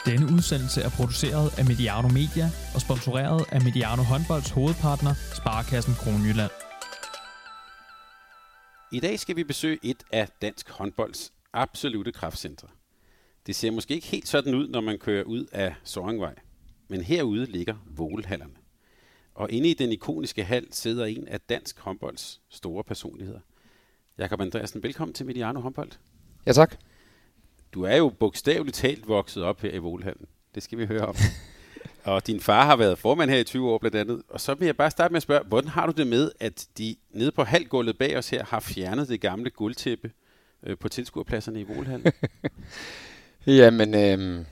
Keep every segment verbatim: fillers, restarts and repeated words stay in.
Denne udsendelse er produceret af Mediano Media og sponsoreret af Mediano Håndbolds hovedpartner, Sparekassen Kronjylland. I dag skal vi besøge et af dansk håndbolds absolute kraftcentre. Det ser måske ikke helt sådan ud, når man kører ud af Sorringvej, men herude ligger Voelhallerne. Og inde i den ikoniske hal sidder en af dansk håndbolds store personligheder. Jakob Andreasen, velkommen til Mediano Håndbold. Ja, tak. Du er jo bogstaveligt talt vokset op her i Voelhallen. Det skal vi høre om. Og din far har været formand her i tyve år blandt andet. Og så vil jeg bare starte med at spørge, hvordan har du det med, at de nede på halvgulvet bag os her har fjernet det gamle guldtæppe øh, på tilskuerpladserne i Voelhallen? Jamen, øh,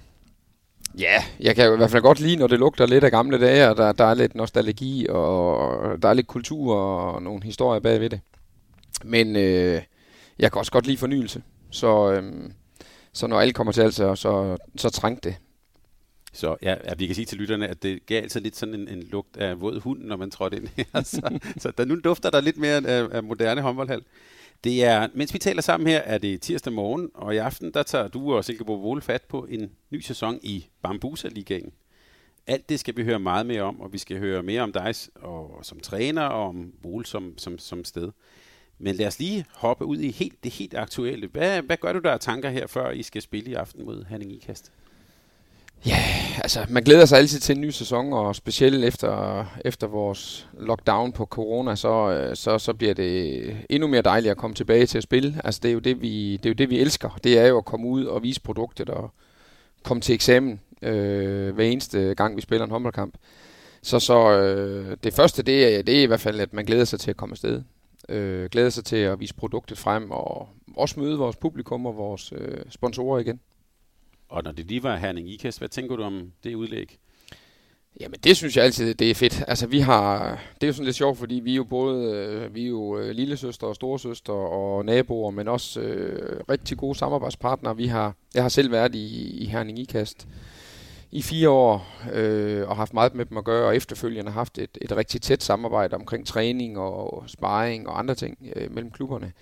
ja, jeg kan jo i hvert fald godt lide, når det lugter lidt af gamle dage, og der, der er lidt nostalgi, og der er lidt kultur og nogle historier bagved det. Men øh, jeg kan også godt lide fornyelse. Så, øh, så når alle kommer til alt, så, så, så trængte det. Så ja, ja, vi kan sige til lytterne, at det gav altid lidt sådan en, en lugt af våd hund, når man trådte ind her. så, så der, nu dufter der lidt mere af, af moderne håndboldhal. Det er, mens vi taler sammen her, er det tirsdag morgen, og i aften, der tager du og Silkeborg Voel fat på en ny sæson i Bambusa-ligaen. Alt det skal vi høre meget mere om, og vi skal høre mere om dig og, som træner og om Voel som, som, som sted. Men lad os lige hoppe ud i helt, det helt aktuelle. Hvad, hvad gør du der af tanker her, før I skal spille i aften mod Herning Ikast? Ja, altså man glæder sig altid til en ny sæson, og specielt efter, efter vores lockdown på corona, så, så, så bliver det endnu mere dejligt at komme tilbage til at spille. Altså det er jo det, vi, det er jo det, vi elsker. Det er jo at komme ud og vise produktet og komme til eksamen øh, hver eneste gang, vi spiller en håndboldkamp. Så, så øh, det første, det er, det er i hvert fald, at man glæder sig til at komme afsted. Øh, glæder sig til at vise produktet frem, og også møde vores publikum og vores øh, sponsorer igen. Og når det lige var Herning Ikast, hvad tænker du om det udlæg? Jamen det synes jeg altid, det er fedt. Altså vi har, det er jo sådan lidt sjovt, fordi vi er jo både, vi er jo lillesøster og storesøster og naboer, men også øh, rigtig gode samarbejdspartnere. Vi har, jeg har selv været i, i Herning Ikast i fire år øh, og haft meget med dem at gøre, og efterfølgende haft et, et rigtig tæt samarbejde omkring træning og sparring og andre ting øh, mellem klubberne.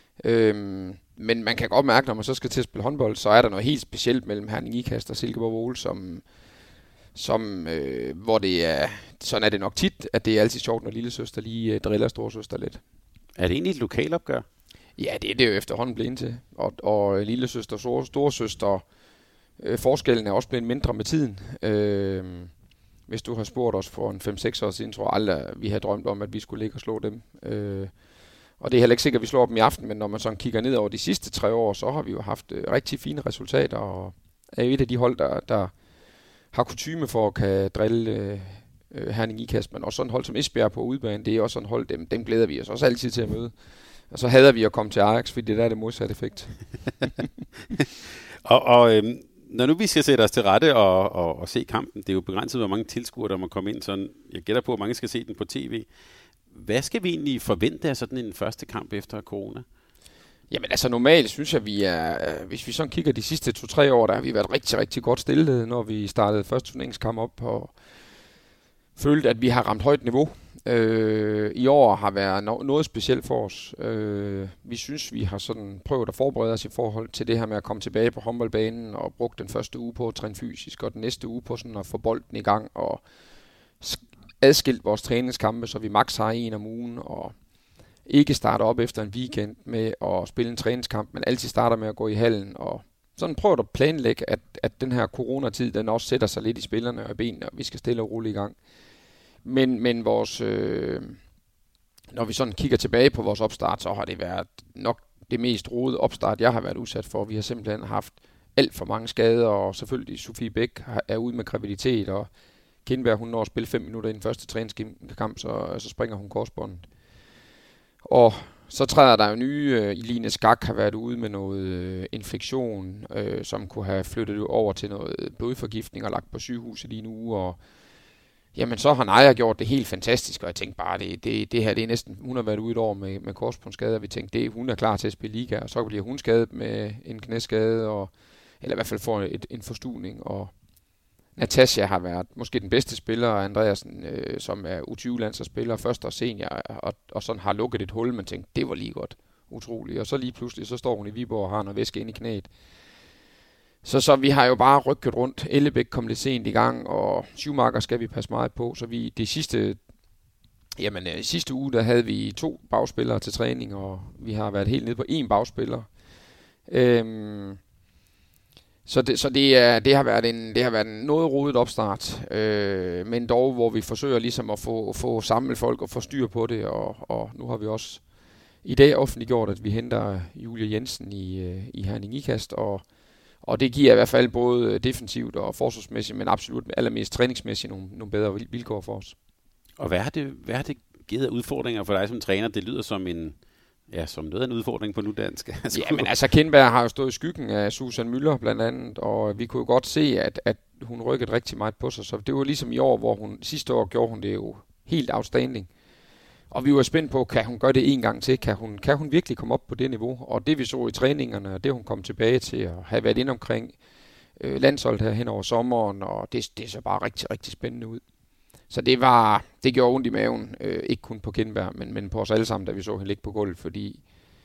Øhm, men man kan godt mærke, når man så skal til at spille håndbold, så er der noget helt specielt mellem Herning Ikast og Silkeborg Voel, som, som øh, hvor det er, sådan er det nok tit, at det er altid sjovt, når lillesøster lige øh, driller storesøster lidt. Er det egentlig et lokalopgør? Ja, det er det jo efterhånden blevet til. Og, og lillesøster og storesøster, øh, forskellen er også blevet mindre med tiden. Øh, hvis du har spurgt os for en fem seks år siden, tror jeg aldrig, at vi havde drømt om, at vi skulle ligge og slå dem. Øh, Og det er heller ikke sikkert, at vi slår dem i aften, men når man sådan kigger ned over de sidste tre år, så har vi jo haft øh, rigtig fine resultater, og er jo et af de hold, der, der har kutyme for at kan drille øh, Herning Ikast, men også sådan hold som Esbjerg på udebane, det er også sådan hold, dem, dem glæder vi os også altid til at møde. Og så hader vi at komme til Ajax, fordi det der er det modsatte effekt. og og øh, når nu vi skal sætte os til rette og, og, og se kampen, det er jo begrænset, hvor mange tilskuere, der må komme ind, sådan jeg gætter på, hvor mange skal se den på tv. Hvad skal vi egentlig forvente af sådan en første kamp efter corona? Jamen altså normalt synes jeg, vi er, hvis vi sådan kigger de sidste to-tre år, der har vi været rigtig, rigtig godt stillet, når vi startede første turneringskamp op og følte, at vi har ramt højt niveau. Øh, I år har været no- noget specielt for os. Øh, vi synes, vi har sådan prøvet at forberede os i forhold til det her med at komme tilbage på håndboldbanen og brugt den første uge på at træne fysisk, og den næste uge på sådan at få bolden i gang og adskilt vores træningskampe, så vi maks har en om ugen, og ikke starter op efter en weekend med at spille en træningskamp, men altid starter med at gå i hallen, og sådan prøver at planlægge, at, at den her coronatid, den også sætter sig lidt i spillerne og i benene, og vi skal stille og roligt i gang. Men, men vores, øh, når vi sådan kigger tilbage på vores opstart, så har det været nok det mest rodede opstart, jeg har været udsat for. Vi har simpelthen haft alt for mange skader, og selvfølgelig Sofie Bæk er ude med graviditet, og Kindberg, hun når at spille fem minutter i den første træningskamp, så, så springer hun korsbåndet. Og så træder der jo nye, øh, Eline Skak har været ude med noget øh, infektion, øh, som kunne have flyttet over til noget blodforgiftning og lagt på sygehuset lige nu. Og jamen så har Naja gjort det helt fantastisk, og jeg tænkte bare, det, det, det her det er næsten, hun har været ude et år med, med korsbåndsskade, og vi tænkte, det, hun er klar til at spille liga, og så bliver hun skadet med en knæskade, og, eller i hvert fald får et, en forstuvning, og Natasha har været måske den bedste spiller, og Andreasen, øh, som er U tyve-landsholdsspiller, første og senior, og, og sådan har lukket et hul, man tænkte, det var lige godt, utroligt. Og så lige pludselig, så står hun i Viborg og har noget væske ind i knæet. Så, så vi har jo bare rykket rundt. Ellebæk kom lidt sent i gang, og Schumacher skal vi passe meget på. Så vi de sidste, jamen, øh, sidste uge, der havde vi to bagspillere til træning, og vi har været helt nede på én bagspiller. Øhm, så det, så det, er, det, har været en, det har været en noget rodet opstart, øh, men dog, hvor vi forsøger ligesom at få, få samlet folk og få styr på det, og, og nu har vi også i dag offentliggjort, at vi henter Julie Jensen i, i Herning Ikast, og Og det giver i hvert fald både defensivt og forsvarsmæssigt, men absolut allermest træningsmæssigt nogle, nogle bedre vilkår for os. Og hvad har det, hvad har det givet af udfordringer for dig som træner? Det lyder som en, ja, som noget af en udfordring på nudansk. Ja, men altså Kindberg har jo stået i skyggen af Susan Müller blandt andet, og vi kunne jo godt se, at, at hun rykkede rigtig meget på sig. Så det var ligesom i år, hvor hun sidste år gjorde hun det jo helt outstanding. Og vi var spændt på, kan hun gøre det en gang til? Kan hun, kan hun virkelig komme op på det niveau? Og det vi så i træningerne, og det hun kom tilbage til at have været inde omkring øh, landsholdet her hen over sommeren, og det, det så bare rigtig, rigtig spændende ud. Så det var, det gjorde ondt i maven, øh, ikke kun på Kindberg, men, men på os alle sammen, da vi så hende ligge på gulvet, fordi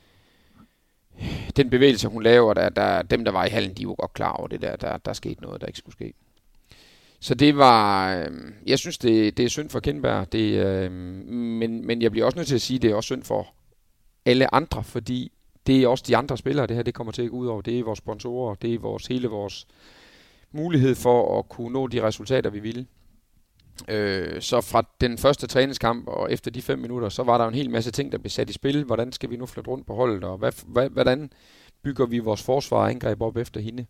den bevægelse, hun laver, der, der, dem der var i hallen, de var godt klar over det der, der, der skete noget, der ikke skulle ske. Så det var, øh, jeg synes, det, det er synd for Kindberg, det, øh, men, men jeg bliver også nødt til at sige, at det er også synd for alle andre, fordi det er også de andre spillere, det her det kommer til at gå ud over. Det er vores sponsorer, det er vores, hele vores mulighed for at kunne nå de resultater, vi ville. Øh, så fra den første træningskamp og efter de fem minutter, så var der en hel masse ting, der blev sat i spil. Hvordan skal vi nu flytte rundt på holdet, og hvad, hvad, hvordan bygger vi vores forsvar og angreb op efter hende?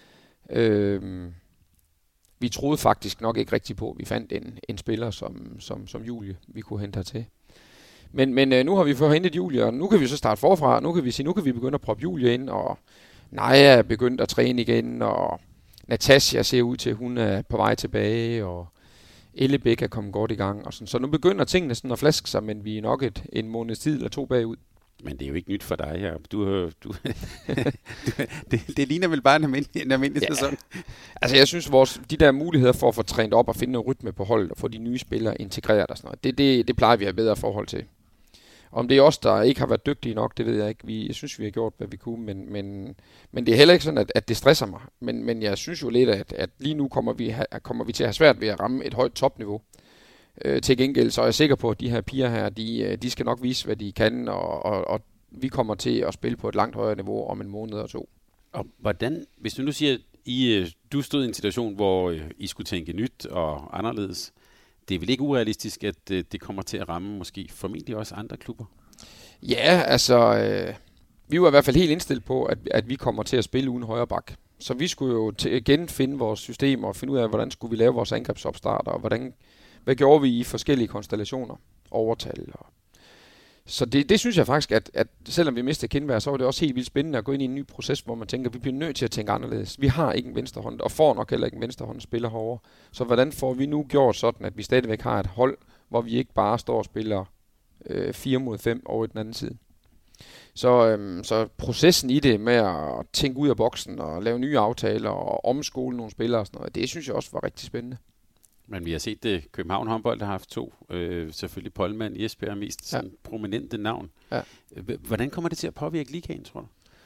Øh, Vi troede faktisk nok ikke rigtigt på, at vi fandt en, en spiller som, som, som Julie, vi kunne hente hertil. Men, men øh, nu har vi fået hentet Julie, og nu kan vi så starte forfra. Nu kan vi sige, nu kan vi begynde at proppe Julie ind, og Naja er begyndt at træne igen, og Natasha ser ud til, at hun er på vej tilbage, og Ellebæk er kommet godt i gang. Og sådan. Så nu begynder tingene sådan at flaske sig, men vi er nok et, en måneds tid eller to bagud. Men det er jo ikke nyt for dig her. Du, du, du, det, det ligner vel bare en almindelig, en almindelig ja. sæson. Altså jeg synes, vores, de der muligheder for at få trænet op og finde noget rytme på holdet, og få de nye spillere integreret og sådan noget, det, det, det plejer vi at have bedre forhold til. Om det er os, der ikke har været dygtige nok, det ved jeg ikke. Vi, jeg synes, vi har gjort, hvad vi kunne, men, men, men det er heller ikke sådan, at, at det stresser mig. Men, men jeg synes jo lidt, at, at lige nu kommer vi, ha, kommer vi til at have svært ved at ramme et højt topniveau. Øh, til gengæld så er jeg sikker på, at de her piger her, de, de skal nok vise, hvad de kan, og, og, og vi kommer til at spille på et langt højere niveau om en måned og to. Og hvordan, hvis du nu siger, at I, du stod i en situation, hvor I skulle tænke nyt og anderledes, det er vel ikke urealistisk, at det kommer til at ramme måske formentlig også andre klubber? Ja, altså, øh, vi var i hvert fald helt indstillet på, at, at vi kommer til at spille uden højre bak. Så vi skulle jo til genfinde vores system og finde ud af, hvordan skulle vi lave vores angrebsopstarter, og hvordan, hvad gjorde vi i forskellige konstellationer, overtal. Og så det, det synes jeg faktisk, at, at selvom vi mistede Kindberg, så var det også helt vildt spændende at gå ind i en ny proces, hvor man tænker, at vi bliver nødt til at tænke anderledes. Vi har ikke en venstrehånd, og får nok heller ikke en venstrehånd spiller herovre. Så hvordan får vi nu gjort sådan, at vi stadigvæk har et hold, hvor vi ikke bare står og spiller øh, fire mod fem over i den anden side. Så, øhm, så processen i det med at tænke ud af boksen og lave nye aftaler og omskole nogle spillere og sådan noget, det synes jeg også var rigtig spændende. Men vi har set det. København håndbold har haft to. Øh, selvfølgelig Pollmann, Jesper er mest sådan ja. prominente navn. Ja. Hvordan kommer det til at påvirke ligaen, tror du?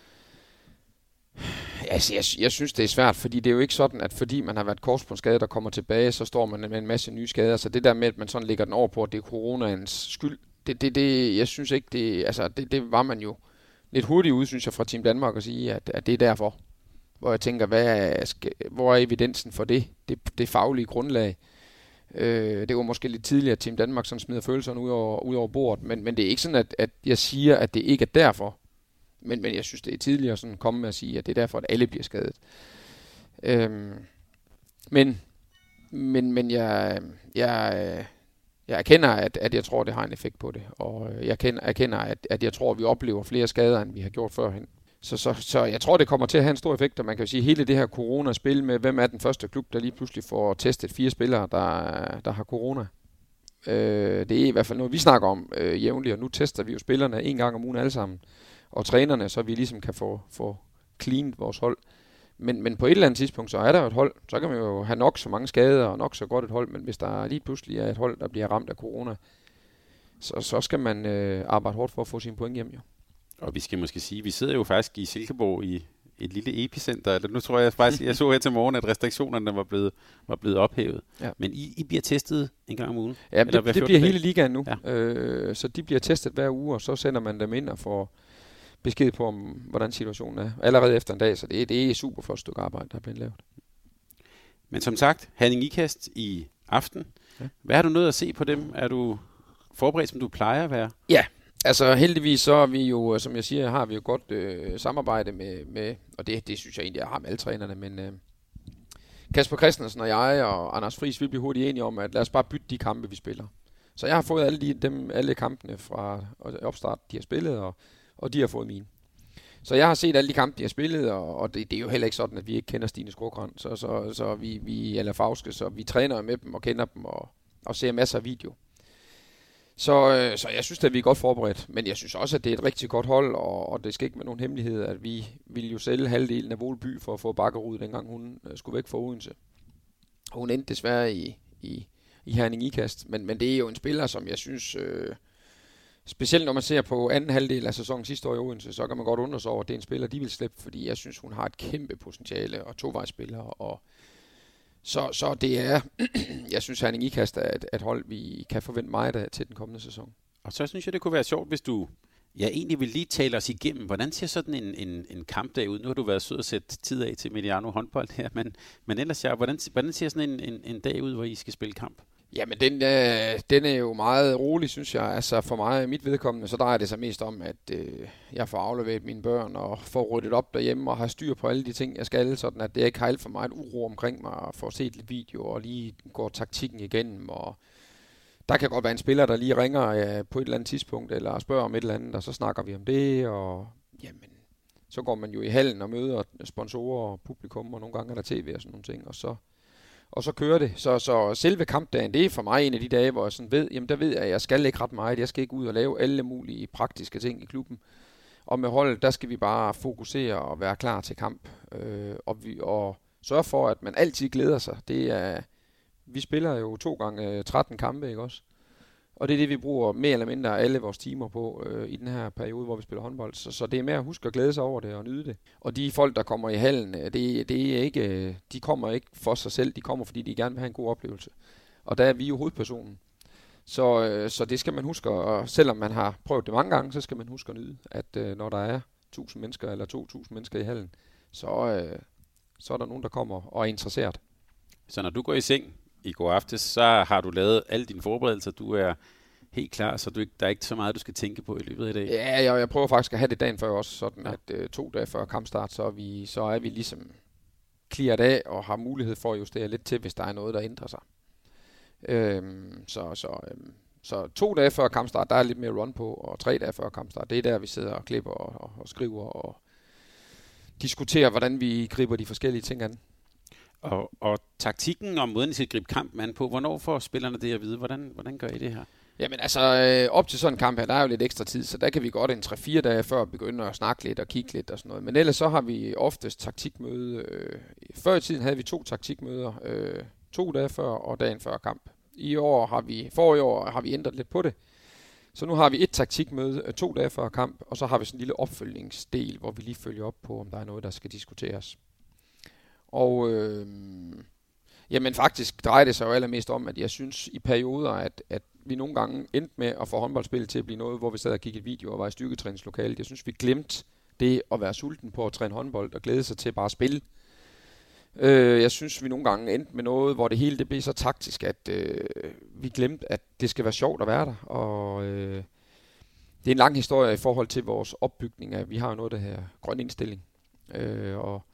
Altså, jeg, jeg synes, det er svært, fordi det er jo ikke sådan, at fordi man har været korsbåndsskade, der kommer tilbage, så står man med en masse nye skader. Så det der med, at man sådan lægger den over på, at det er coronaens skyld, det, det, det jeg synes ikke, det, altså, det, det var man jo lidt hurtigt ude, synes jeg, fra Team Danmark at sige, at, at det er derfor. Hvor jeg tænker, hvad er, hvor er evidensen for det? Det, det faglige grundlag. Øh, det var måske lidt tidligere, at Team Danmark sådan smider følelserne ud over, ud over bordet, men, men det er ikke sådan, at, at jeg siger, at det ikke er derfor. Men, men jeg synes, det er tidligere sådan at komme med at sige, at det er derfor, at alle bliver skadet. Øhm, men men, men jeg, jeg, jeg erkender, at, at jeg tror, det har en effekt på det. Og jeg erkender, at, at jeg tror, at vi oplever flere skader, end vi har gjort førhen. Så, så, så jeg tror, det kommer til at have en stor effekt, og man kan jo sige, at hele det her corona-spil med, hvem er den første klub, der lige pludselig får testet fire spillere, der, der har corona. Øh, det er i hvert fald noget, vi snakker om øh, jævnligt, og nu tester vi jo spillerne en gang om ugen alle sammen, og trænerne, så vi ligesom kan få, få cleanet vores hold. Men, men på et eller andet tidspunkt, så er der jo et hold, så kan man jo have nok så mange skader, og nok så godt et hold, men hvis der lige pludselig er et hold, der bliver ramt af corona, så, så skal man øh, arbejde hårdt for at få sine point hjem, jo. Og vi skal måske sige, vi sidder jo faktisk i Silkeborg i et lille epicenter. Eller nu tror jeg faktisk, jeg så her til morgen, at restriktionerne var blevet, var blevet ophævet. Ja. Men I, I bliver testet en gang om ugen? Ja, det, det bliver hele ligaen nu. Ja. Øh, så de bliver testet hver uge, og så sender man dem ind og får besked på, om, hvordan situationen er. Allerede efter en dag, så det, det er super flot stykke arbejde, der er blevet lavet. Men som sagt, Herning Ikast i aften. Ja. Hvad har du nødt at se på dem? Er du forberedt, som du plejer at være? Ja, altså heldigvis så er vi jo, som jeg siger, har vi jo godt øh, samarbejde med, med og det, det synes jeg egentlig, jeg har med alle trænerne, men øh, Kasper Christensen og jeg og Anders Friis, vi bliver hurtigt enige om, at lad os bare bytte de kampe, vi spiller. Så jeg har fået alle, de, dem, alle kampene fra opstart, de har spillet, og, og de har fået mine. Så jeg har set alle de kampe, de har spillet, og, og det, det er jo heller ikke sådan, at vi ikke kender Stine Skrågran, så, så, så vi, vi eller Fauske, så vi træner med dem og kender dem og, og ser masser af video. Så, øh, så jeg synes, at vi er godt forberedt, men jeg synes også, at det er et rigtig godt hold, og, og det skal ikke med nogen hemmelighed, at vi ville jo sælge halvdelen af Volby for at få Bakkerud, dengang hun øh, skulle væk fra Odense. Hun endte desværre i, i, i Herning Ikast, men, men det er jo en spiller, som jeg synes, øh, specielt når man ser på anden halvdel af sæsonen sidste år i Odense, så kan man godt undre sig over, at det er en spiller, de vil slippe, fordi jeg synes, hun har et kæmpe potentiale og tovejsspiller, og Så, så det er, jeg synes, Herning Ikast er et, et hold, vi kan forvente meget af til den kommende sæson. Og så synes jeg, det kunne være sjovt, hvis du ja, egentlig vil lige tale os igennem. Hvordan ser sådan en, en, en kampdag ud? Nu har du været sød at sætte tid af til Mediano håndbold her, men, men ellers, ja, hvordan, hvordan ser sådan en, en, en dag ud, hvor I skal spille kamp? Jamen, den, øh, den er jo meget rolig, synes jeg. Altså for mig, mit vedkommende, så drejer det sig mest om, at øh, jeg får afleveret mine børn og får ryddet op derhjemme og har styr på alle de ting, jeg skal, sådan at det ikke har alt for meget uro omkring mig og får set lidt video og lige går taktikken igennem. Og der kan godt være en spiller, der lige ringer øh, på et eller andet tidspunkt eller spørger om et eller andet, og så snakker vi om det, og jamen, så går man jo i hallen og møder sponsorer og publikum, og nogle gange er der tv og sådan nogle ting, og så Og så kører det. Så, så selve kampdagen, det er for mig en af de dage, hvor jeg sådan ved, jamen der ved jeg, at jeg skal ikke ret meget. Jeg skal ikke ud og lave alle mulige praktiske ting i klubben. Og med holdet, der skal vi bare fokusere og være klar til kamp. Øh, og, vi, og sørge for, at man altid glæder sig. Det er, vi spiller jo to gange tretten kampe, ikke også? Og det er det, vi bruger mere eller mindre alle vores timer på øh, i den her periode, hvor vi spiller håndbold. Så, så det er med at huske at glæde sig over det og nyde det. Og de folk, der kommer i hallen, det, det er ikke, de kommer ikke for sig selv. De kommer, fordi de gerne vil have en god oplevelse. Og der er vi jo hovedpersonen. Så, øh, så det skal man huske. Og selvom man har prøvet det mange gange, så skal man huske at nyde, at øh, når der er tusind mennesker eller to tusind mennesker i hallen, så, øh, så er der nogen, der kommer og er interesseret. Så når du går i seng i går aftes, så har du lavet alle dine forberedelser. Du er helt klar, så du ikke, der er ikke så meget, du skal tænke på i løbet af i dag. Ja, jeg, jeg prøver faktisk at have det dagen før også, sådan ja. at øh, to dage før kampstart, så er vi, så er vi ligesom clearet af og har mulighed for at justere lidt til, hvis der er noget, der ændrer sig. Øhm, så, så, øhm, så to dage før kampstart, der er lidt mere run på, og tre dage før kampstart, det er der, vi sidder og klipper og, og, og skriver og diskuterer, hvordan vi griber de forskellige ting an. Og, og taktikken og måden, I skal gribe kampen an på, hvornår får spillerne det at vide? Hvordan, hvordan gør I det her? Jamen altså, øh, op til sådan en kamp her, der er jo lidt ekstra tid, så der kan vi godt en tre fire dage før begynde at snakke lidt og kigge lidt og sådan noget. Men ellers så har vi oftest taktikmøde. Øh, før i tiden havde vi to taktikmøder, øh, to dage før og dagen før kamp. I år har vi, for i år har vi ændret lidt på det. Så nu har vi et taktikmøde øh, to dage før kamp, og så har vi sådan en lille opfølgningsdel, hvor vi lige følger op på, om der er noget, der skal diskuteres. Og øh, jamen faktisk drejer det sig jo allermest om, at jeg synes i perioder, at, at vi nogle gange endte med at få håndboldspillet til at blive noget, hvor vi sad og kiggede video og var i styrketræningslokalet. Jeg synes, vi glemte det at være sulten på at træne håndbold og glæde sig til bare at spille. Øh, jeg synes, vi nogle gange endte med noget, hvor det hele det blev så taktisk, at øh, vi glemte, at det skal være sjovt at være der. Og øh, det er en lang historie i forhold til vores opbygning af, vi har jo noget, der her grøn indstilling. Øh, og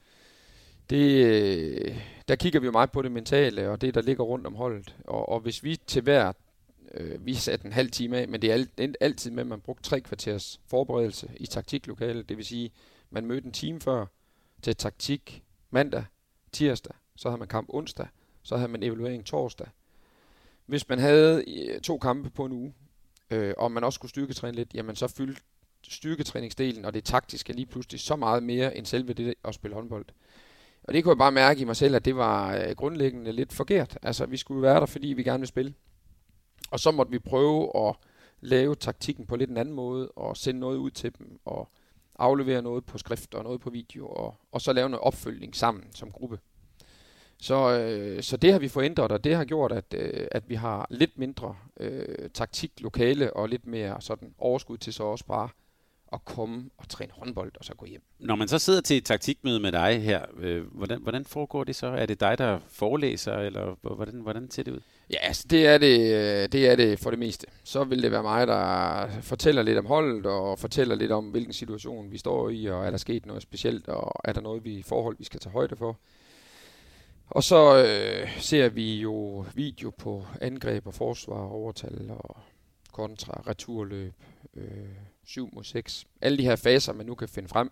Det, der kigger vi jo meget på det mentale, og det, der ligger rundt om holdet. Og, og hvis vi til hver, øh, vi satte en halv time af, men det er alt, altid med, at man brugte tre kvarters forberedelse i taktiklokalet. Det vil sige, man mødte en time før til taktik mandag, tirsdag, så havde man kamp onsdag, så havde man evaluering torsdag. Hvis man havde to kampe på en uge, øh, og man også skulle styrketræne lidt, jamen så fyldte styrketræningsdelen og det taktiske lige pludselig så meget mere end selve det at spille håndbold. Og det kunne jeg bare mærke i mig selv, at det var øh, grundlæggende lidt forkert. Altså, vi skulle være der, fordi vi gerne vil spille. Og så måtte vi prøve at lave taktikken på lidt en anden måde, og sende noget ud til dem, og aflevere noget på skrift og noget på video, og, og så lave noget opfølgning sammen som gruppe. Så, øh, så det har vi forændret, og det har gjort, at, øh, at vi har lidt mindre øh, taktik, lokale og lidt mere sådan overskud til så også bare at komme og træne håndbold og så gå hjem. Når man så sidder til et taktikmøde med dig her, øh, hvordan, hvordan foregår det så? Er det dig, der forelæser, eller hvordan, hvordan ser det ud? Ja, altså det er det, det er det for det meste. Så vil det være mig, der fortæller lidt om holdet, og fortæller lidt om, hvilken situation vi står i, og er der sket noget specielt, og er der noget vi forhold, vi skal tage højde for. Og så øh, ser vi jo video på angreb og forsvar, overtal og kontra, returløb, øh, syv mod seks. Alle de her faser, man nu kan finde frem.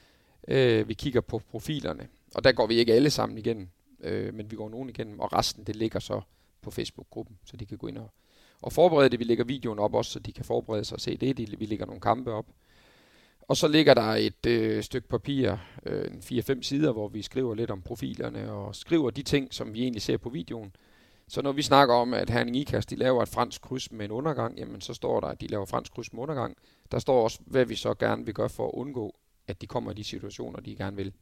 Øh, vi kigger på profilerne, og der går vi ikke alle sammen igennem, øh, men vi går nogen igennem, og resten det ligger så på Facebook-gruppen, så de kan gå ind og, og forberede det. Vi lægger videoen op også, så de kan forberede sig og se det. De, vi lægger nogle kampe op. Og så ligger der et øh, stykke papir, øh, fire fem sider, hvor vi skriver lidt om profilerne og skriver de ting, som vi egentlig ser på videoen. Så når vi snakker om, at Herning Ikast, de laver et fransk kryds med en undergang, jamen så står der, at de laver fransk kryds med undergang. Der står også, hvad vi så gerne vil gøre for at undgå, at de kommer i de situationer, de gerne vil.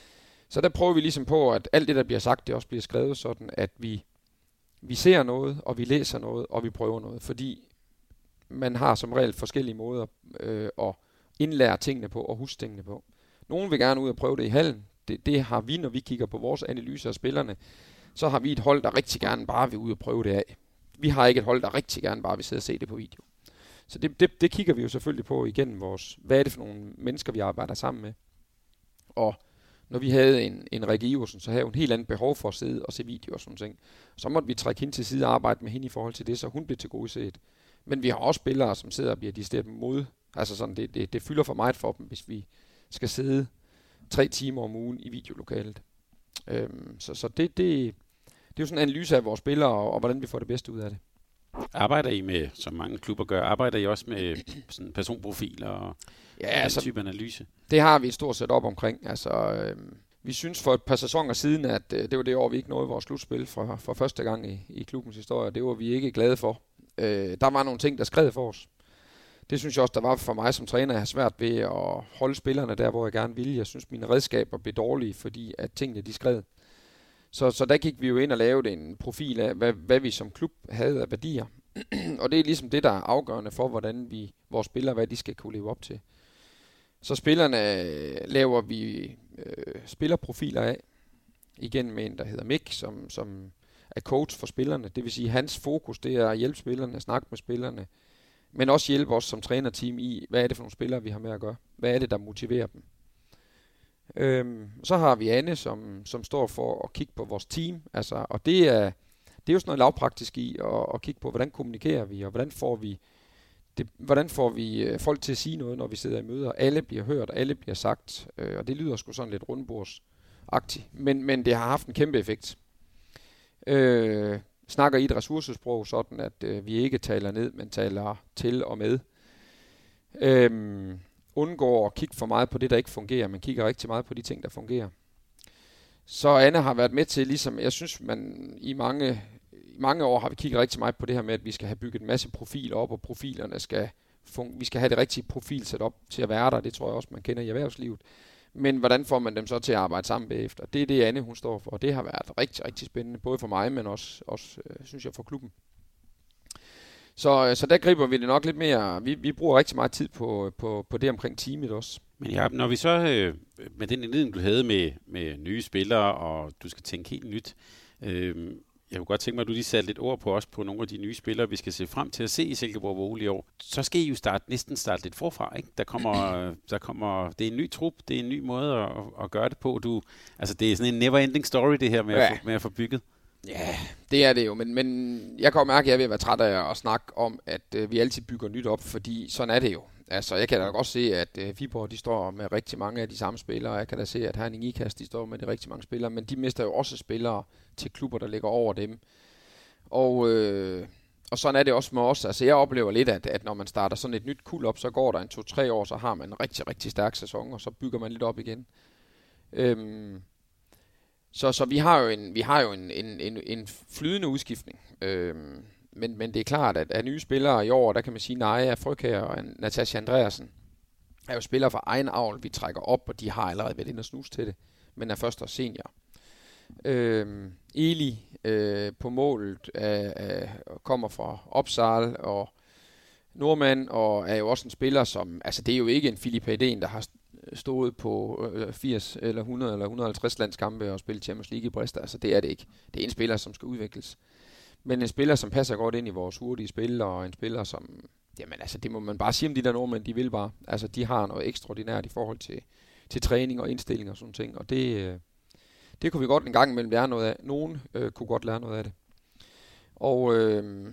Så der prøver vi ligesom på, at alt det, der bliver sagt, det også bliver skrevet sådan, at vi, vi ser noget, og vi læser noget, og vi prøver noget. Fordi man har som regel forskellige måder øh, at indlære tingene på og huske tingene på. Nogen vil gerne ud og prøve det i hallen. Det, det har vi, når vi kigger på vores analyser af spillerne. Så har vi et hold, der rigtig gerne bare vil ud og prøve det af. Vi har ikke et hold, der rigtig gerne bare vil sidde og se det på video. Så det, det, det kigger vi jo selvfølgelig på igennem vores, hvad er det for nogle mennesker, vi arbejder sammen med. Og når vi havde en, en Rikke Iversen, så havde hun en helt andet behov for at sidde og se video og sådan ting. Så måtte vi trække hende til side og arbejde med hende i forhold til det, så hun blev tilgodeset. Men vi har også spillere, som sidder og bliver decideret mod. Altså sådan, det, det, det fylder for meget for dem, hvis vi skal sidde tre timer om ugen i videolokalet. Øhm, så så det, det, det er jo sådan en analyse af vores spillere, og, og hvordan vi får det bedste ud af det. Arbejder I med, som mange klubber gør, arbejder I også med sådan personprofiler og ja, den altså, type analyse? Det har vi et stort set op omkring. Altså, øhm, vi synes for et par sæsoner siden, at øh, det var det år, vi ikke nåede vores slutspil for, for første gang i, i klubbens historie. Det var vi ikke glade for. Øh, der var nogle ting, der skred for os. Det synes jeg også, der var for mig som træner, jeg har svært ved at holde spillerne der, hvor jeg gerne ville. Jeg synes, mine redskaber blev dårlige, fordi at tingene de skred. Så, så der gik vi jo ind og lavede en profil af, hvad, hvad vi som klub havde af værdier. Og det er ligesom det, der er afgørende for, hvordan vi, vores spillere, hvad de skal kunne leve op til. Så spillerne laver vi øh, spillerprofiler af, igen med en, der hedder Mick, som, som er coach for spillerne. Det vil sige, hans fokus det er at hjælpe spillerne, snakke med spillerne, men også hjælpe os som trænerteam i, hvad er det for nogle spillere, vi har med at gøre? Hvad er det, der motiverer dem? Øhm, så har vi Anne, som, som står for at kigge på vores team, altså, og det er, det er jo sådan noget lavpraktisk i at, at kigge på, hvordan kommunikerer vi, og hvordan får vi, det, hvordan får vi folk til at sige noget, når vi sidder i møder. Alle bliver hørt, og alle bliver sagt, øh, og det lyder sgu sådan lidt rundbordsagtigt, men, men det har haft en kæmpe effekt. Øh, snakker i et ressourcesprog, sådan at øh, vi ikke taler ned, men taler til og med. Øhm, undgår at kigge for meget på det, der ikke fungerer, men kigger rigtig meget på de ting, der fungerer. Så Anne har været med til, ligesom jeg synes, man i mange, i mange år har vi kigget rigtig meget på det her med, at vi skal have bygget en masse profiler op, og profilerne skal, fun- vi skal have det rigtige profilsæt op til at være der. Det tror jeg også, man kender i erhvervslivet. Men hvordan får man dem så til at arbejde sammen bagefter? Det er det, Anne hun står for, og det har været rigtig, rigtig spændende, både for mig, men også, også øh, synes jeg, for klubben. Så, så der griber vi det nok lidt mere. Vi, vi bruger rigtig meget tid på, på, på det omkring teamet også. Men ja, når vi så øh, med den indledning, du havde med, med nye spillere, og du skal tænke helt nyt, øh, jeg kunne godt tænke mig, at du lige satte lidt ord på os på nogle af de nye spillere, vi skal se frem til at se i Silkeborg Vole i år. Så skal I jo starte, næsten starte lidt forfra, ikke? Der kommer, der kommer, det er en ny trup, det er en ny måde at, at gøre det på. Du, altså det er sådan en never-ending story, det her med, ja. at, få, med at få bygget. Ja, det er det jo, men, men jeg kan jo mærke, at jeg er ved at være træt af at snakke om, at øh, vi altid bygger nyt op, fordi sådan er det jo. Altså, jeg kan da godt se, at øh, Viborg, de står med rigtig mange af de samme spillere, og jeg kan da se, at Herning Ikast, de står med de rigtig mange spillere, men de mister jo også spillere til klubber, der ligger over dem. Og, øh, og sådan er det også med os. Altså, jeg oplever lidt, at, at når man starter sådan et nyt kuld op, så går der en to-tre år, så har man en rigtig, rigtig stærk sæson, og så bygger man lidt op igen. Øhm, Så, så vi har jo en, vi har jo en, en, en, en flydende udskiftning. Øhm, men, men det er klart, at af nye spillere i år, der kan man sige, Naja Frøkjær og Natasha Andreasen, er jo spillere fra egen avl, vi trækker op, og de har allerede været inde og snus til det, men er først og senior. Øh, Eli øh, på målet er, er, kommer fra Opsal og Nordmand, og er jo også en spiller, som, altså det er jo ikke en Philip Hedén, der har stået på øh, firs eller hundrede eller et hundrede og halvtreds landskampe og spillet Champions League i Brest, altså det er det ikke. Det er en spiller, som skal udvikles. Men en spiller, som passer godt ind i vores hurtige spil, og en spiller, som, jamen altså det må man bare sige om de der nordmænd, de vil bare. Altså de har noget ekstraordinært i forhold til, til træning og indstilling og sådan ting, og det, øh, det kunne vi godt en gang imellem lære noget af. Nogen øh, kunne godt lære noget af det. Og øh,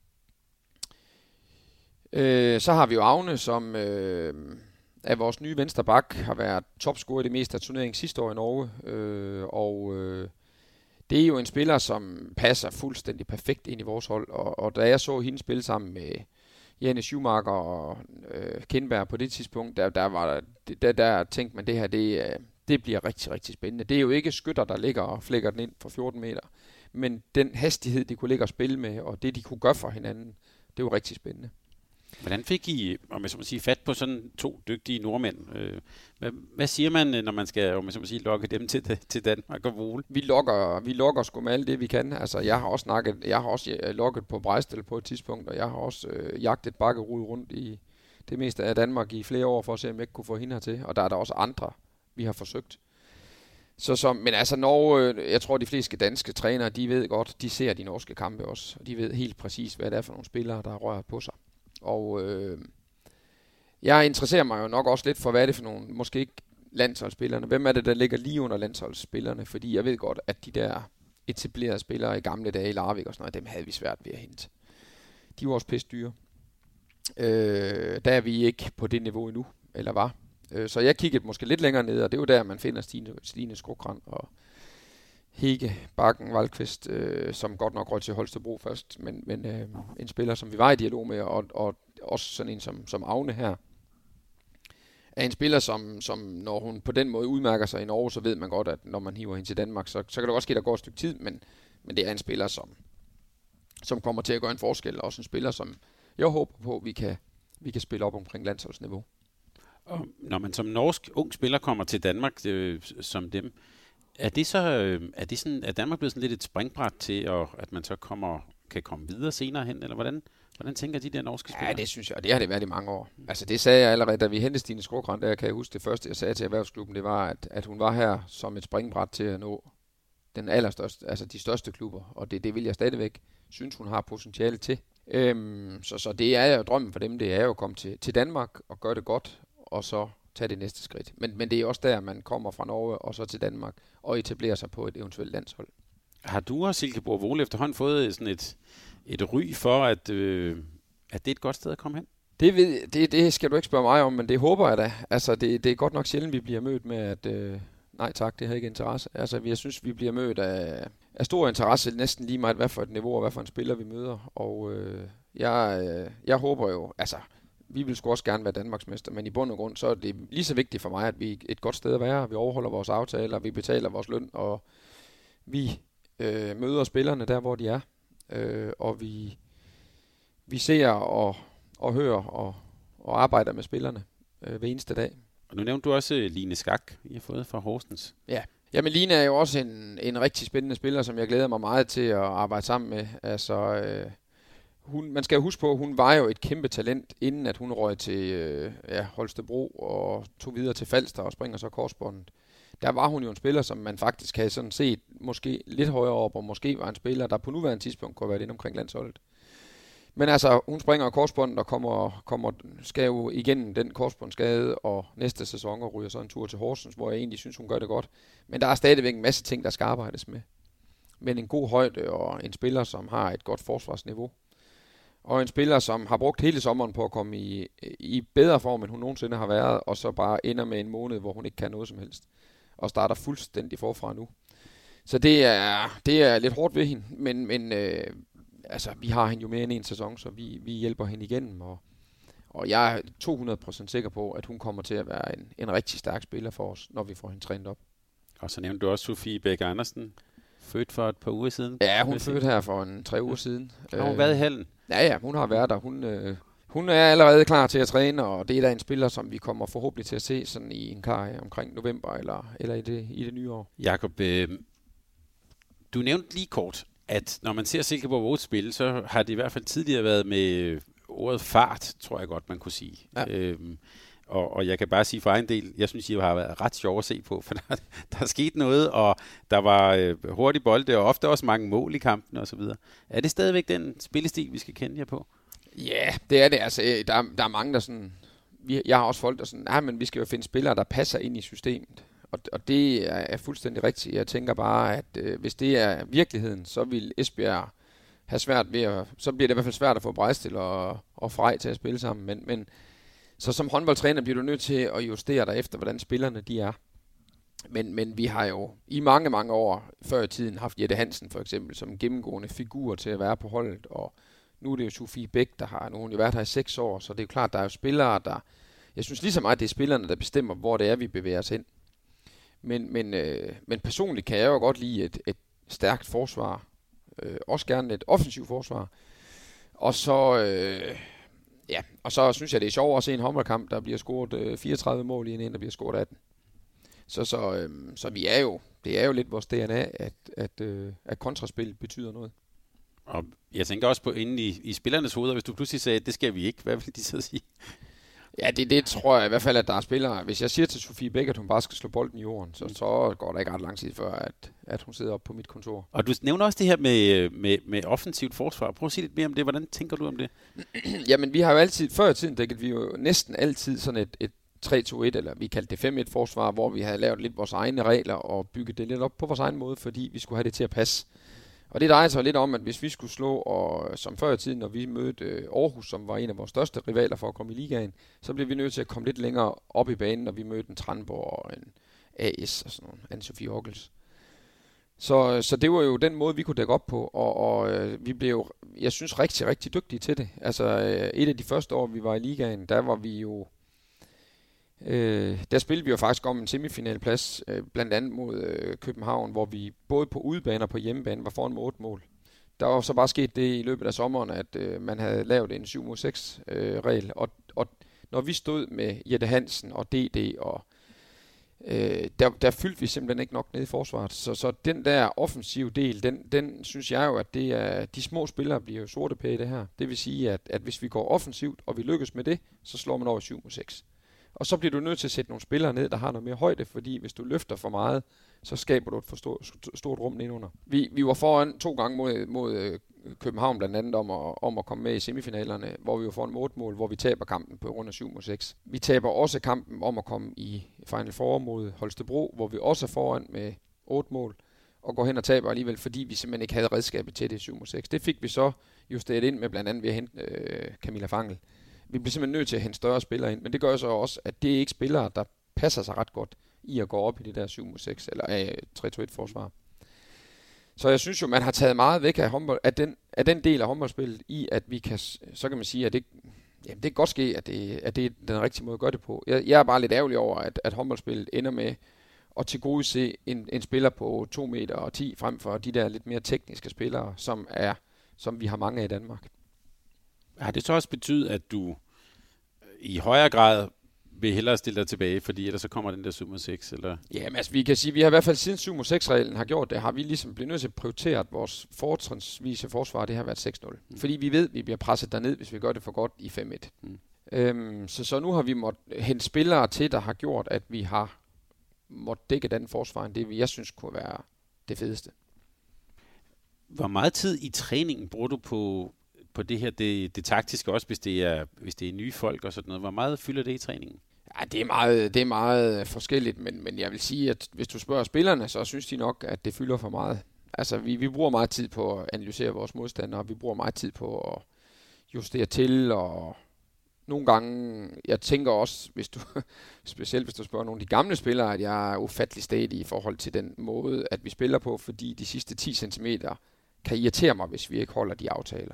øh, så har vi jo Agne, som øh, er vores nye venstre bak, har været topscorer i det meste af turneringen sidste år i Norge, øh, og øh, det er jo en spiller, som passer fuldstændig perfekt ind i vores hold, og, og da jeg så hende spille sammen med Janne Schumacher og øh, Kindberg på det tidspunkt, der, der, var, der, der tænkte man, det her, det, det bliver rigtig, rigtig spændende. Det er jo ikke skytter, der ligger og flækker den ind for fjorten meter, men den hastighed, de kunne ligge og spille med, og det, de kunne gøre for hinanden, det var rigtig spændende. Hvordan fik I, om jeg så må sige, fat på sådan to dygtige nordmænd? Hvad, hvad siger man, når man skal, om jeg så må sige, lokke dem til, til Danmark og Vole? Vi lokker, vi lokker sgu med alt det, vi kan. Altså, jeg har også snakket, jeg har også lokket på Brejstel på et tidspunkt, og jeg har også øh, jagtet bakkerud rundt i det meste af Danmark i flere år, for at se, om jeg ikke kunne få hende hertil. Og der er der også andre, vi har forsøgt. Så som, men altså, Norge, jeg tror, de fleste danske trænere, de ved godt, de ser de norske kampe også, og de ved helt præcis, hvad det er for nogle spillere, der rører på sig. Og øh, jeg interesserer mig jo nok også lidt for, hvad er det for nogle, måske ikke landsholdsspillerne. Hvem er det, der ligger lige under landsholdsspillerne? Fordi jeg ved godt, at de der etablerede spillere i gamle dage i Larvik og sådan noget, dem havde vi svært ved at hente. De var også pisse dyre. Øh, der er vi ikke på det niveau endnu, eller var. Øh, så jeg kiggede måske lidt længere ned, og det er jo der, man finder Stine, Stine Skrukrand og Hege Bakken Valdqvist, øh, som godt nok røg til Holstebro først, men, men øh, en spiller, som vi var i dialog med, og, og også sådan en som, som Agne her, er en spiller, som, som når hun på den måde udmærker sig i Norge, så ved man godt, at når man hiver hende til Danmark, så, så kan det også ske, der går et stykke tid, men, men det er en spiller, som, som kommer til at gøre en forskel, og også en spiller, som jeg håber på, vi kan, vi kan spille op omkring landsholdsniveau. Og når man som norsk ung spiller kommer til Danmark øh, som dem, er det så er det sådan, er Danmark blevet sådan lidt et springbræt til, at, at man så kommer, kan komme videre senere hen, eller hvordan, hvordan tænker de der norske spillere? Ja, det synes jeg, og det har det været i mange år. Altså det sagde jeg allerede, da vi hentede Stine Skrukrand, der kan jeg huske det første, jeg sagde til erhvervsklubben, det var, at, at hun var her som et springbræt til at nå den allerstørste, altså de største klubber, og det, det vil jeg stadigvæk synes, hun har potentiale til. Øhm, så, så det er jo drømmen for dem, det er jo at komme til, til Danmark og gøre det godt, og så tage det næste skridt. Men, men det er også der, man kommer fra Norge og så til Danmark og etablerer sig på et eventuelt landshold. Har du og Silkeborg Vole efterhånden fået sådan et, et ry for, at, øh, at det er et godt sted at komme hen? Det, ved, det, det skal du ikke spørge mig om, men det håber jeg da. Altså, det, det er godt nok sjældent, vi bliver mødt med, at øh, nej tak, det har ikke interesse. Altså, jeg synes, vi bliver mødt af, af stor interesse, næsten lige meget, hvad for et niveau og hvad for en spiller vi møder. Og øh, jeg, øh, jeg håber jo, altså, vi vil sgu også gerne være Danmarksmester, men i bund og grund, så er det lige så vigtigt for mig, at vi er et godt sted at være. Vi overholder vores aftaler, vi betaler vores løn, og vi øh, møder spillerne der, hvor de er. Øh, og vi, vi ser og, og hører og, og arbejder med spillerne øh, hver eneste dag. Og nu nævnte du også Line Skak, I har fået fra Horsens. Ja, jamen Line er jo også en, en rigtig spændende spiller, som jeg glæder mig meget til at arbejde sammen med. Altså... Øh, Hun, man skal jo huske på, at hun var jo et kæmpe talent, inden at hun røg til øh, ja, Holstebro og tog videre til Falster og springer så korsbåndet. Der var hun jo en spiller, som man faktisk havde sådan set måske lidt højere op, og måske var en spiller, der på nuværende tidspunkt kunne have været inde omkring landsholdet. Men altså, hun springer korsbåndet og kommer, kommer, skal jo igennem den korsbåndsskade, og næste sæson og ryger så en tur til Horsens, hvor jeg egentlig synes, hun gør det godt. Men der er stadigvæk en masse ting, der skal arbejdes med. Men en god højde og en spiller, som har et godt forsvarsniveau. Og en spiller, som har brugt hele sommeren på at komme i, i bedre form, end hun nogensinde har været, og så bare ender med en måned, hvor hun ikke kan noget som helst, og starter fuldstændig forfra nu. Så det er, det er lidt hårdt ved hende, men, men øh, altså, vi har hende jo mere end en sæson, så vi, vi hjælper hende igennem, og, og jeg er to hundrede procent sikker på, at hun kommer til at være en, en rigtig stærk spiller for os, når vi får hende trænet op. Og så nævnte du også Sofie Bæk Andersen, født for et par uger siden. Ja, hun fødte her for en tre uger siden. Har hun været i hallen? Ja, ja, hun har været der. Hun, øh, hun er allerede klar til at træne, og det er da en spiller, som vi kommer forhåbentlig til at se sådan i en kar omkring november eller, eller i, det, i det nye år. Jakob, øh, du nævnte lige kort, at når man ser Silkeborg Våge spille, så har det i hvert fald tidligere været med ordet fart, tror jeg godt, man kunne sige. Ja. Øhm, og, og jeg kan bare sige for egen del, jeg synes, I har været ret sjov at se på, for der, der er sket noget, og der var øh, hurtige bolde, og ofte også mange mål i kampen og så videre. Er det stadigvæk den spillestil, vi skal kende jer på? Ja, det er det. Altså, der, der er mange, der sådan... Vi, jeg har også folk, der sådan, nej, men vi skal jo finde spillere, der passer ind i systemet. Og, og det er, er fuldstændig rigtigt. Jeg tænker bare, at øh, hvis det er virkeligheden, så vil Esbjerg have svært ved at... Så bliver det i hvert fald svært at få Brejstil og, og Frej til at spille sammen. Men, men så som håndboldtræner bliver du nødt til at justere dig efter, hvordan spillerne de er. Men, men vi har jo i mange, mange år før i tiden haft Jette Hansen for eksempel som gennemgående figur til at være på holdet, og nu er det jo Sofie Bæk, der har nu været her i seks år, så det er jo klart, der er jo spillere, der... Jeg synes lige så meget, det er spillerne, der bestemmer, hvor det er, vi bevæger os hen. Men, men, øh, men personligt kan jeg jo godt lide et, et stærkt forsvar. Øh, også gerne et offensivt forsvar. Og så, øh, ja, og så synes jeg, det er sjovt at se en håndboldkamp, der bliver scoret øh, fireogtredive mål i en ind, der bliver scoret atten. Så, så, øh, så vi er jo, det er jo lidt vores D N A, at, at, øh, at kontraspil betyder noget. Og jeg tænker også på inde i, i spillernes hoveder, hvis du pludselig sagde, at det skal vi ikke, hvad vil de så sige? Ja, det, det tror jeg i hvert fald, at der er spillere. Hvis jeg siger til Sofie Bæk, at hun bare skal slå bolden i jorden, så, så går der ikke ret lang tid før, at, at hun sidder oppe på mit kontor. Og du nævner også det her med, med, med offensivt forsvar. Prøv at sige lidt mere om det. Hvordan tænker du om det? Jamen, vi har jo altid, før i tiden dækket vi jo næsten altid sådan et, et tre to et, eller vi kaldte det fem et forsvar, hvor vi havde lavet lidt vores egne regler og bygget det lidt op på vores egen måde, fordi vi skulle have det til at passe. Og det drejer sig lidt om, at hvis vi skulle slå, og som før i tiden, når vi mødte Aarhus, som var en af vores største rivaler for at komme i ligaen, så blev vi nødt til at komme lidt længere op i banen, når vi mødte en Tranborg og en A S og sådan nogle, Anne-Sophie Orgels. Så, så det var jo den måde, vi kunne dække op på, og, og øh, vi blev, jeg synes, rigtig, rigtig dygtige til det. Altså øh, et af de første år, vi var i ligaen, der var vi jo, øh, der spillede vi jo faktisk om en semifinalplads, øh, blandt andet mod øh, København, hvor vi både på udebane og på hjemmebane var foran med otte mål. Der var så bare sket det i løbet af sommeren, at øh, man havde lavet en syv mod seks øh, regel, og, og når vi stod med Jette Hansen og D D og Øh, der, der fyldte vi simpelthen ikke nok ned i forsvaret. Så, så den der offensive del, den, den synes jeg jo, at det er, de små spillere bliver jo sorte pære i det her. Det vil sige, at, at hvis vi går offensivt, og vi lykkes med det, så slår man over syv mod seks. Og så bliver du nødt til at sætte nogle spillere ned, der har noget mere højde, fordi hvis du løfter for meget, så skaber du et for stort, stort rum nedenunder. Vi, vi var foran to gange mod, mod København blandt andet om at, om at komme med i semifinalerne, hvor vi var foran otte mål, hvor vi taber kampen på grund af syv mod seks. Vi taber også kampen om at komme i Final Four mod Holstebro, hvor vi også er foran med otte mål, og går hen og taber alligevel, fordi vi simpelthen ikke havde redskabet til det syv mod seks. Det fik vi så justeret ind med blandt andet ved at hente øh, Camilla Fangel. Vi bliver simpelthen nødt til at hente større spillere ind, men det gør så også, at det er ikke spillere, der passer sig ret godt i at gå op i det der syv mod seks eller øh, tre to et forsvar. Så jeg synes jo, man har taget meget væk af, håndbold, af, den, af den del af håndboldspillet i, at vi kan, så kan man sige, at det, jamen det kan godt ske, at det, at det er den rigtige måde at gøre det på. Jeg, jeg er bare lidt ærgerlig over, at, at håndboldspillet ender med at tilgodese en, en spiller på to meter og ti frem for de der lidt mere tekniske spillere, som, er, som vi har mange af i Danmark. Har det så også betydet, at du i højere grad vil hellere stille dig tilbage, fordi ellers så kommer den der syv mod seks, eller? Jamen altså, vi kan sige, vi har i hvert fald siden syv mod seks-reglen har gjort det, har vi ligesom blevet nødt til at prioritere, at vores fortrinsvise forsvar, det har været seks nul. Mm. Fordi vi ved, at vi bliver presset derned, hvis vi gør det for godt i fem et. Mm. Øhm, så, så nu har vi måttet hente spillere til, der har gjort, at vi har måttet dække den forsvar, det jeg synes kunne være det fedeste. Hvor meget tid i træningen bruger du på på det her, det, det taktiske også, hvis det er hvis det er nye folk og sådan noget? Hvor meget fylder det i træningen? Ja, det er meget, det er meget forskelligt, men, men jeg vil sige, at hvis du spørger spillerne, så synes de nok, at det fylder for meget. Altså, vi, vi bruger meget tid på at analysere vores modstandere, og vi bruger meget tid på at justere til, og nogle gange, jeg tænker også, hvis du, specielt hvis du spørger nogle af de gamle spillere, at jeg er ufattelig stædig i forhold til den måde, at vi spiller på, fordi de sidste ti centimeter kan irritere mig, hvis vi ikke holder de aftaler.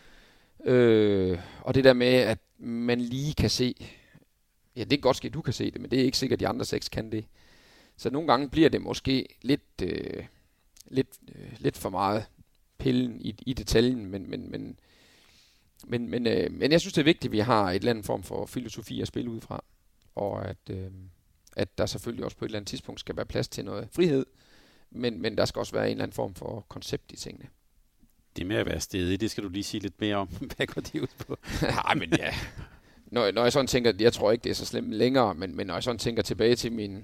Øh, og det der med, at man lige kan se, ja, det er godt ske, du kan se det, men det er ikke sikkert, at de andre seks kan det. Så nogle gange bliver det måske lidt, øh, lidt, øh, lidt for meget pillen i, i detaljen, men, men, men men, men, øh, men jeg synes, det er vigtigt, at vi har et eller andet form for filosofi at spille ud fra, og at, øh, at der selvfølgelig også på et eller andet tidspunkt skal være plads til noget frihed, men, men der skal også være en eller anden form for koncept i tingene. Det med at være stedig, det skal du lige sige lidt mere om. Hvad går det ud på? Nej, men ja. Når, når jeg sådan tænker, jeg tror ikke, det er så slemt længere, men, men når jeg sådan tænker tilbage til min,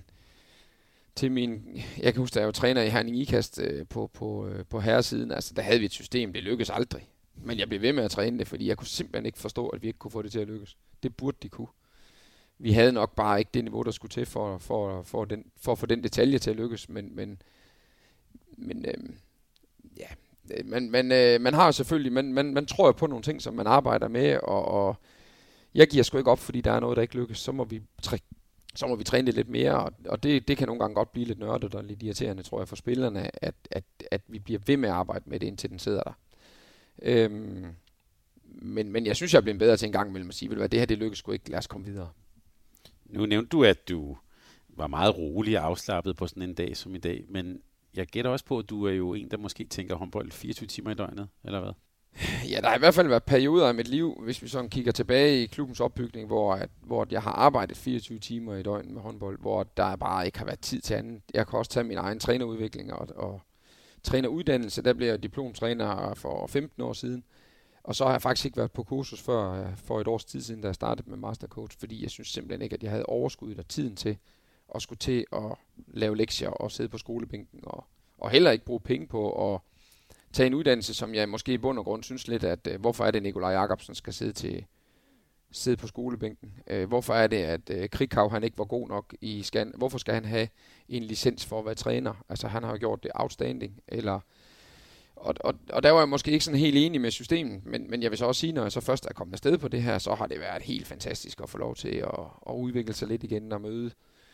til min, jeg kan huske, da jeg var træner i Herning Ikast øh, på, på, øh, på herresiden, altså der havde vi et system, det lykkedes aldrig. Men jeg blev ved med at træne det, fordi jeg kunne simpelthen ikke forstå, at vi ikke kunne få det til at lykkes. Det burde de kunne. Vi havde nok bare ikke det niveau, der skulle til for, for, for, den, for at få den detalje til at lykkes, men, men, men øh, ja, man, man, øh, man har jo selvfølgelig, man, man, man tror jo på nogle ting, som man arbejder med, og, og jeg giver sgu ikke op, fordi der er noget, der ikke lykkes, så må vi, træ, så må vi træne det lidt mere, og, og det, det kan nogle gange godt blive lidt nørdet og lidt irriterende, tror jeg, for spillerne, at, at, at vi bliver ved med at arbejde med det, indtil den sidder der. Øhm, men, men jeg synes, jeg er blevet bedre til en gang imellem at sige, ved du hvad, det her, det lykkes sgu ikke, lad os komme videre. Nu nævnte du, at du var meget rolig og afslappet på sådan en dag som i dag, men jeg gætter også på, at du er jo en, der måske tænker håndbold fireogtyve timer i døgnet, eller hvad? Ja, der har i hvert fald været perioder af mit liv, hvis vi sådan kigger tilbage i klubbens opbygning, hvor, at, hvor jeg har arbejdet fireogtyve timer i døgnet med håndbold, hvor der bare ikke har været tid til andet. Jeg kan også tage min egen trænerudvikling og, og træneruddannelse. Der blev jeg diplomtræner for femten år siden, og så har jeg faktisk ikke været på kursus før for et års tid siden, da jeg startede med mastercoach, fordi jeg synes simpelthen ikke, at jeg havde overskuddet og tiden til at skulle til at lave lektier og sidde på skolebænken, og, og heller ikke bruge penge på at tage en uddannelse, som jeg måske i bund og grund synes lidt, at øh, hvorfor er det, Nikolaj Jacobsen skal sidde til sidde på skolebænken? Øh, hvorfor er det, at øh, Krikau, han ikke var god nok i scan? Hvorfor skal han have en licens for at være træner? Altså, han har jo gjort det outstanding. Eller, og, og, og der var jeg måske ikke sådan helt enig med systemet, men, men jeg vil så også sige, når jeg så først er kommet afsted på det her, så har det været helt fantastisk at få lov til at, at udvikle sig lidt igen og møde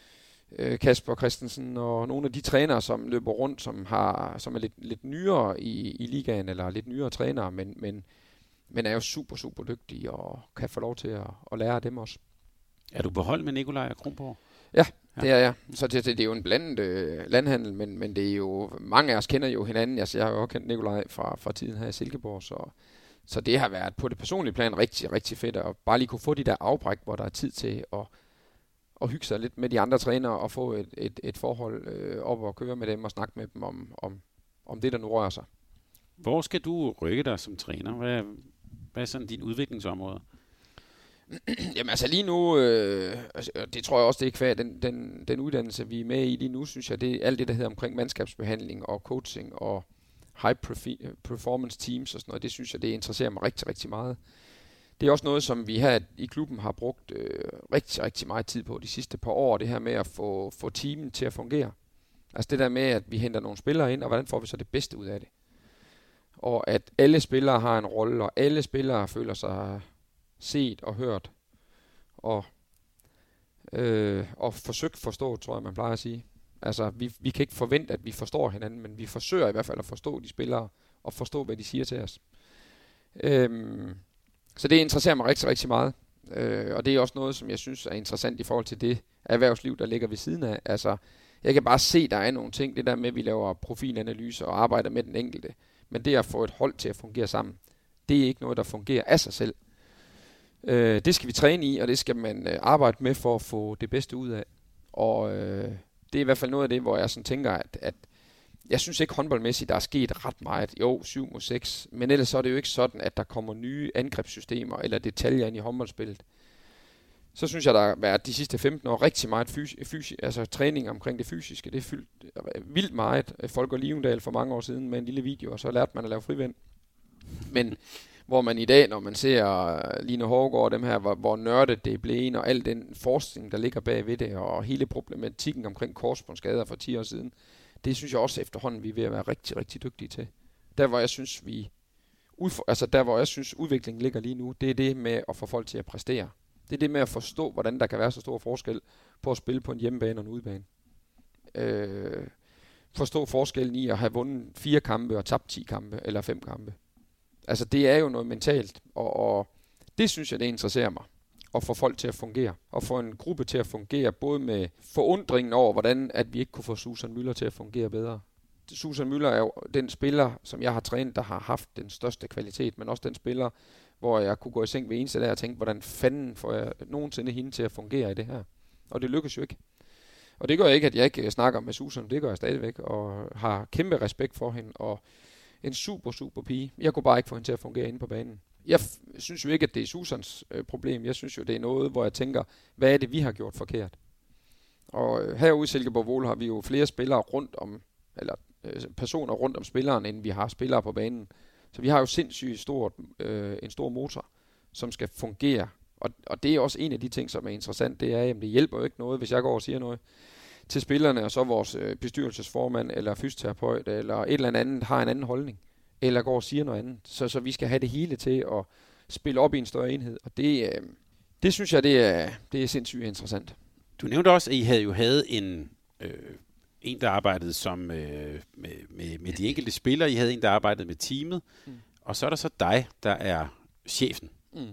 Kasper Christensen og nogle af de trænere, som løber rundt, som har som er lidt, lidt nyere i, i ligaen, eller lidt nyere trænere, men, men, men er jo super, super dygtige og kan få lov til at, at lære af dem også. Er du på hold med Nikolaj og Kronborg? Ja, det er jeg. Så det, det er jo en blandet øh, landhandel, men, men det er jo, mange af os kender jo hinanden. Altså, jeg har jo også kendt Nikolaj fra, fra tiden her i Silkeborg, så, så det har været på det personlige plan rigtig, rigtig fedt, at bare lige kunne få de der afbræk, hvor der er tid til at og hygge sig lidt med de andre trænere og få et, et, et forhold øh, op og køre med dem og snakke med dem om, om, om det, der nu rører sig. Hvor skal du rykke dig som træner? Hvad, hvad er sådan din udviklingsområde? Jamen altså lige nu, øh, det tror jeg også, det er kvad, den, den, den uddannelse, vi er med i lige nu, synes jeg, det er alt det, der hedder omkring mandskabsbehandling og coaching og high performance teams og sådan noget, det synes jeg, det interesserer mig rigtig, rigtig meget. Det er også noget, som vi her i klubben har brugt øh, rigtig, rigtig meget tid på de sidste par år, det her med at få, få teamen til at fungere. Altså det der med, at vi henter nogle spillere ind, og hvordan får vi så det bedste ud af det? Og at alle spillere har en rolle, og alle spillere føler sig set og hørt, og, øh, og forsøgt forstået, tror jeg, man plejer at sige. Altså vi, vi kan ikke forvente, at vi forstår hinanden, men vi forsøger i hvert fald at forstå de spillere, og forstå, hvad de siger til os. Øhm, Så det interesserer mig rigtig, rigtig meget. Øh, og det er også noget, som jeg synes er interessant i forhold til det erhvervsliv, der ligger ved siden af. Altså, jeg kan bare se, der er nogle ting, det der med, at vi laver profilanalyser og arbejder med den enkelte. Men det at få et hold til at fungere sammen, det er ikke noget, der fungerer af sig selv. Øh, det skal vi træne i, og det skal man øh, arbejde med for at få det bedste ud af. Og øh, det er i hvert fald noget af det, hvor jeg sådan tænker, at, at jeg synes ikke håndboldmæssigt, der er sket ret meget. Jo, syv mod seks. Men ellers så er det jo ikke sådan, at der kommer nye angrebssystemer eller detaljer ind i håndboldspillet. Så synes jeg, der har været de sidste femten år rigtig meget fysi- fysi- altså træning omkring det fysiske. Det er fyldt vildt meget. Folker Livendal for mange år siden med en lille video, og så lærte man at lave frivænd. Men hvor man i dag, når man ser Line Hårgaard og dem her, hvor, hvor nørdet det blev en, og al den forskning, der ligger bag ved det, og hele problematikken omkring korsbåndsskader for ti år siden, det synes jeg også efterhånden, vi er ved at være rigtig, rigtig dygtige til. Der, hvor jeg synes, vi udfor- altså der, hvor jeg synes, udviklingen ligger lige nu, det er det med at få folk til at præstere. Det er det med at forstå, hvordan der kan være så stor forskel på at spille på en hjemmebane og en udebane. Øh, forstå forskellen i at have vundet fire kampe og tabt ti kampe, eller fem kampe. Altså, det er jo noget mentalt, og, og det synes jeg, det interesserer mig. At få folk til at fungere, og få en gruppe til at fungere, både med forundringen over, hvordan at vi ikke kunne få Susan Müller til at fungere bedre. Susan Müller er jo den spiller, som jeg har trænet, der har haft den største kvalitet, men også den spiller, hvor jeg kunne gå i seng ved eneste dag og tænke, hvordan fanden får jeg nogensinde hende til at fungere i det her? Og det lykkes jo ikke. Og det gør ikke, at jeg ikke snakker med Susan, det gør jeg stadigvæk, og har kæmpe respekt for hende, og en super, super pige. Jeg kunne bare ikke få hende til at fungere inde på banen. Jeg f- synes jo ikke, at det er Susans øh, problem. Jeg synes jo, det er noget, hvor jeg tænker, hvad er det, vi har gjort forkert? Og øh, herude i Silkeborg Vole har vi jo flere spillere rundt om, eller øh, personer rundt om spilleren, end vi har spillere på banen. Så vi har jo sindssygt stort, øh, en stor motor, som skal fungere. Og, og det er også en af de ting, som er interessant, det er, at det hjælper jo ikke noget, hvis jeg går og siger noget til spillerne, og så vores øh, bestyrelsesformand, eller fysioterapeut, eller et eller andet har en anden holdning, eller går og siger noget andet. Så, så vi skal have det hele til at spille op i en større enhed, og det, øh, det synes jeg, det er, det er sindssygt interessant. Du nævnte også, at I havde jo havde en, øh, en der arbejdede som, øh, med, med, med de enkelte spillere, I havde en, der arbejdede med teamet, mm. og så er der så dig, der er chefen. Mm.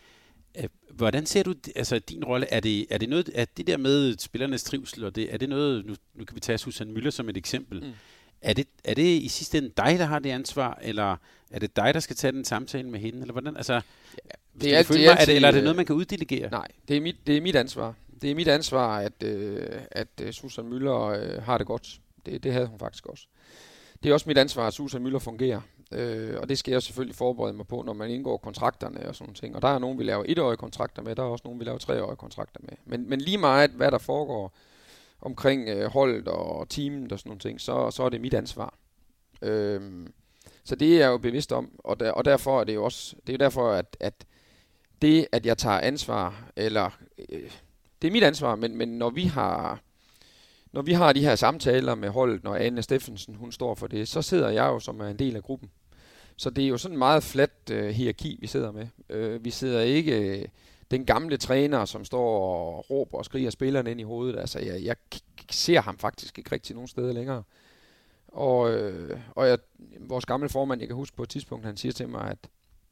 Hvordan ser du altså din rolle? Er det, er det noget, er det der med spillernes trivsel, og det, er det noget, nu, nu kan vi tage Susan Müller som et eksempel, mm. er, det, er det i sidste ende dig, der har det ansvar, eller er det dig, der skal tage den samtale med hende, eller hvordan, altså, ja, det er, det det er, mig, er det, eller er det noget, man kan uddelegere? Nej, det er mit, det er mit ansvar. Det er mit ansvar, at, øh, at Susan Müller øh, har det godt. Det, det havde hun faktisk også. Det er også mit ansvar, at Susan Müller fungerer. Øh, og det skal jeg selvfølgelig forberede mig på, når man indgår kontrakterne og sådan ting. Og der er nogen, vi laver etårige kontrakter med, der er også nogen, vi laver treårige kontrakter med. Men, men lige meget, hvad der foregår omkring øh, holdet og teamet og sådan nogle ting, så, så er det mit ansvar. Øh, så det er jeg jo bevidst om, og, der, og derfor er det jo også, det er jo derfor, at, at det, at jeg tager ansvar, eller øh, det er mit ansvar, men, men når vi har... Når vi har de her samtaler med holdet, når Anne Steffensen hun står for det, så sidder jeg jo som er en del af gruppen. Så det er jo sådan en meget flat øh, hierarki, vi sidder med. Øh, vi sidder ikke øh, den gamle træner, som står og råber og skriger spillerne ind i hovedet. Altså, jeg, jeg ser ham faktisk ikke rigtig nogen steder længere. Og, øh, og jeg, vores gamle formand, jeg kan huske på et tidspunkt, han siger til mig, at,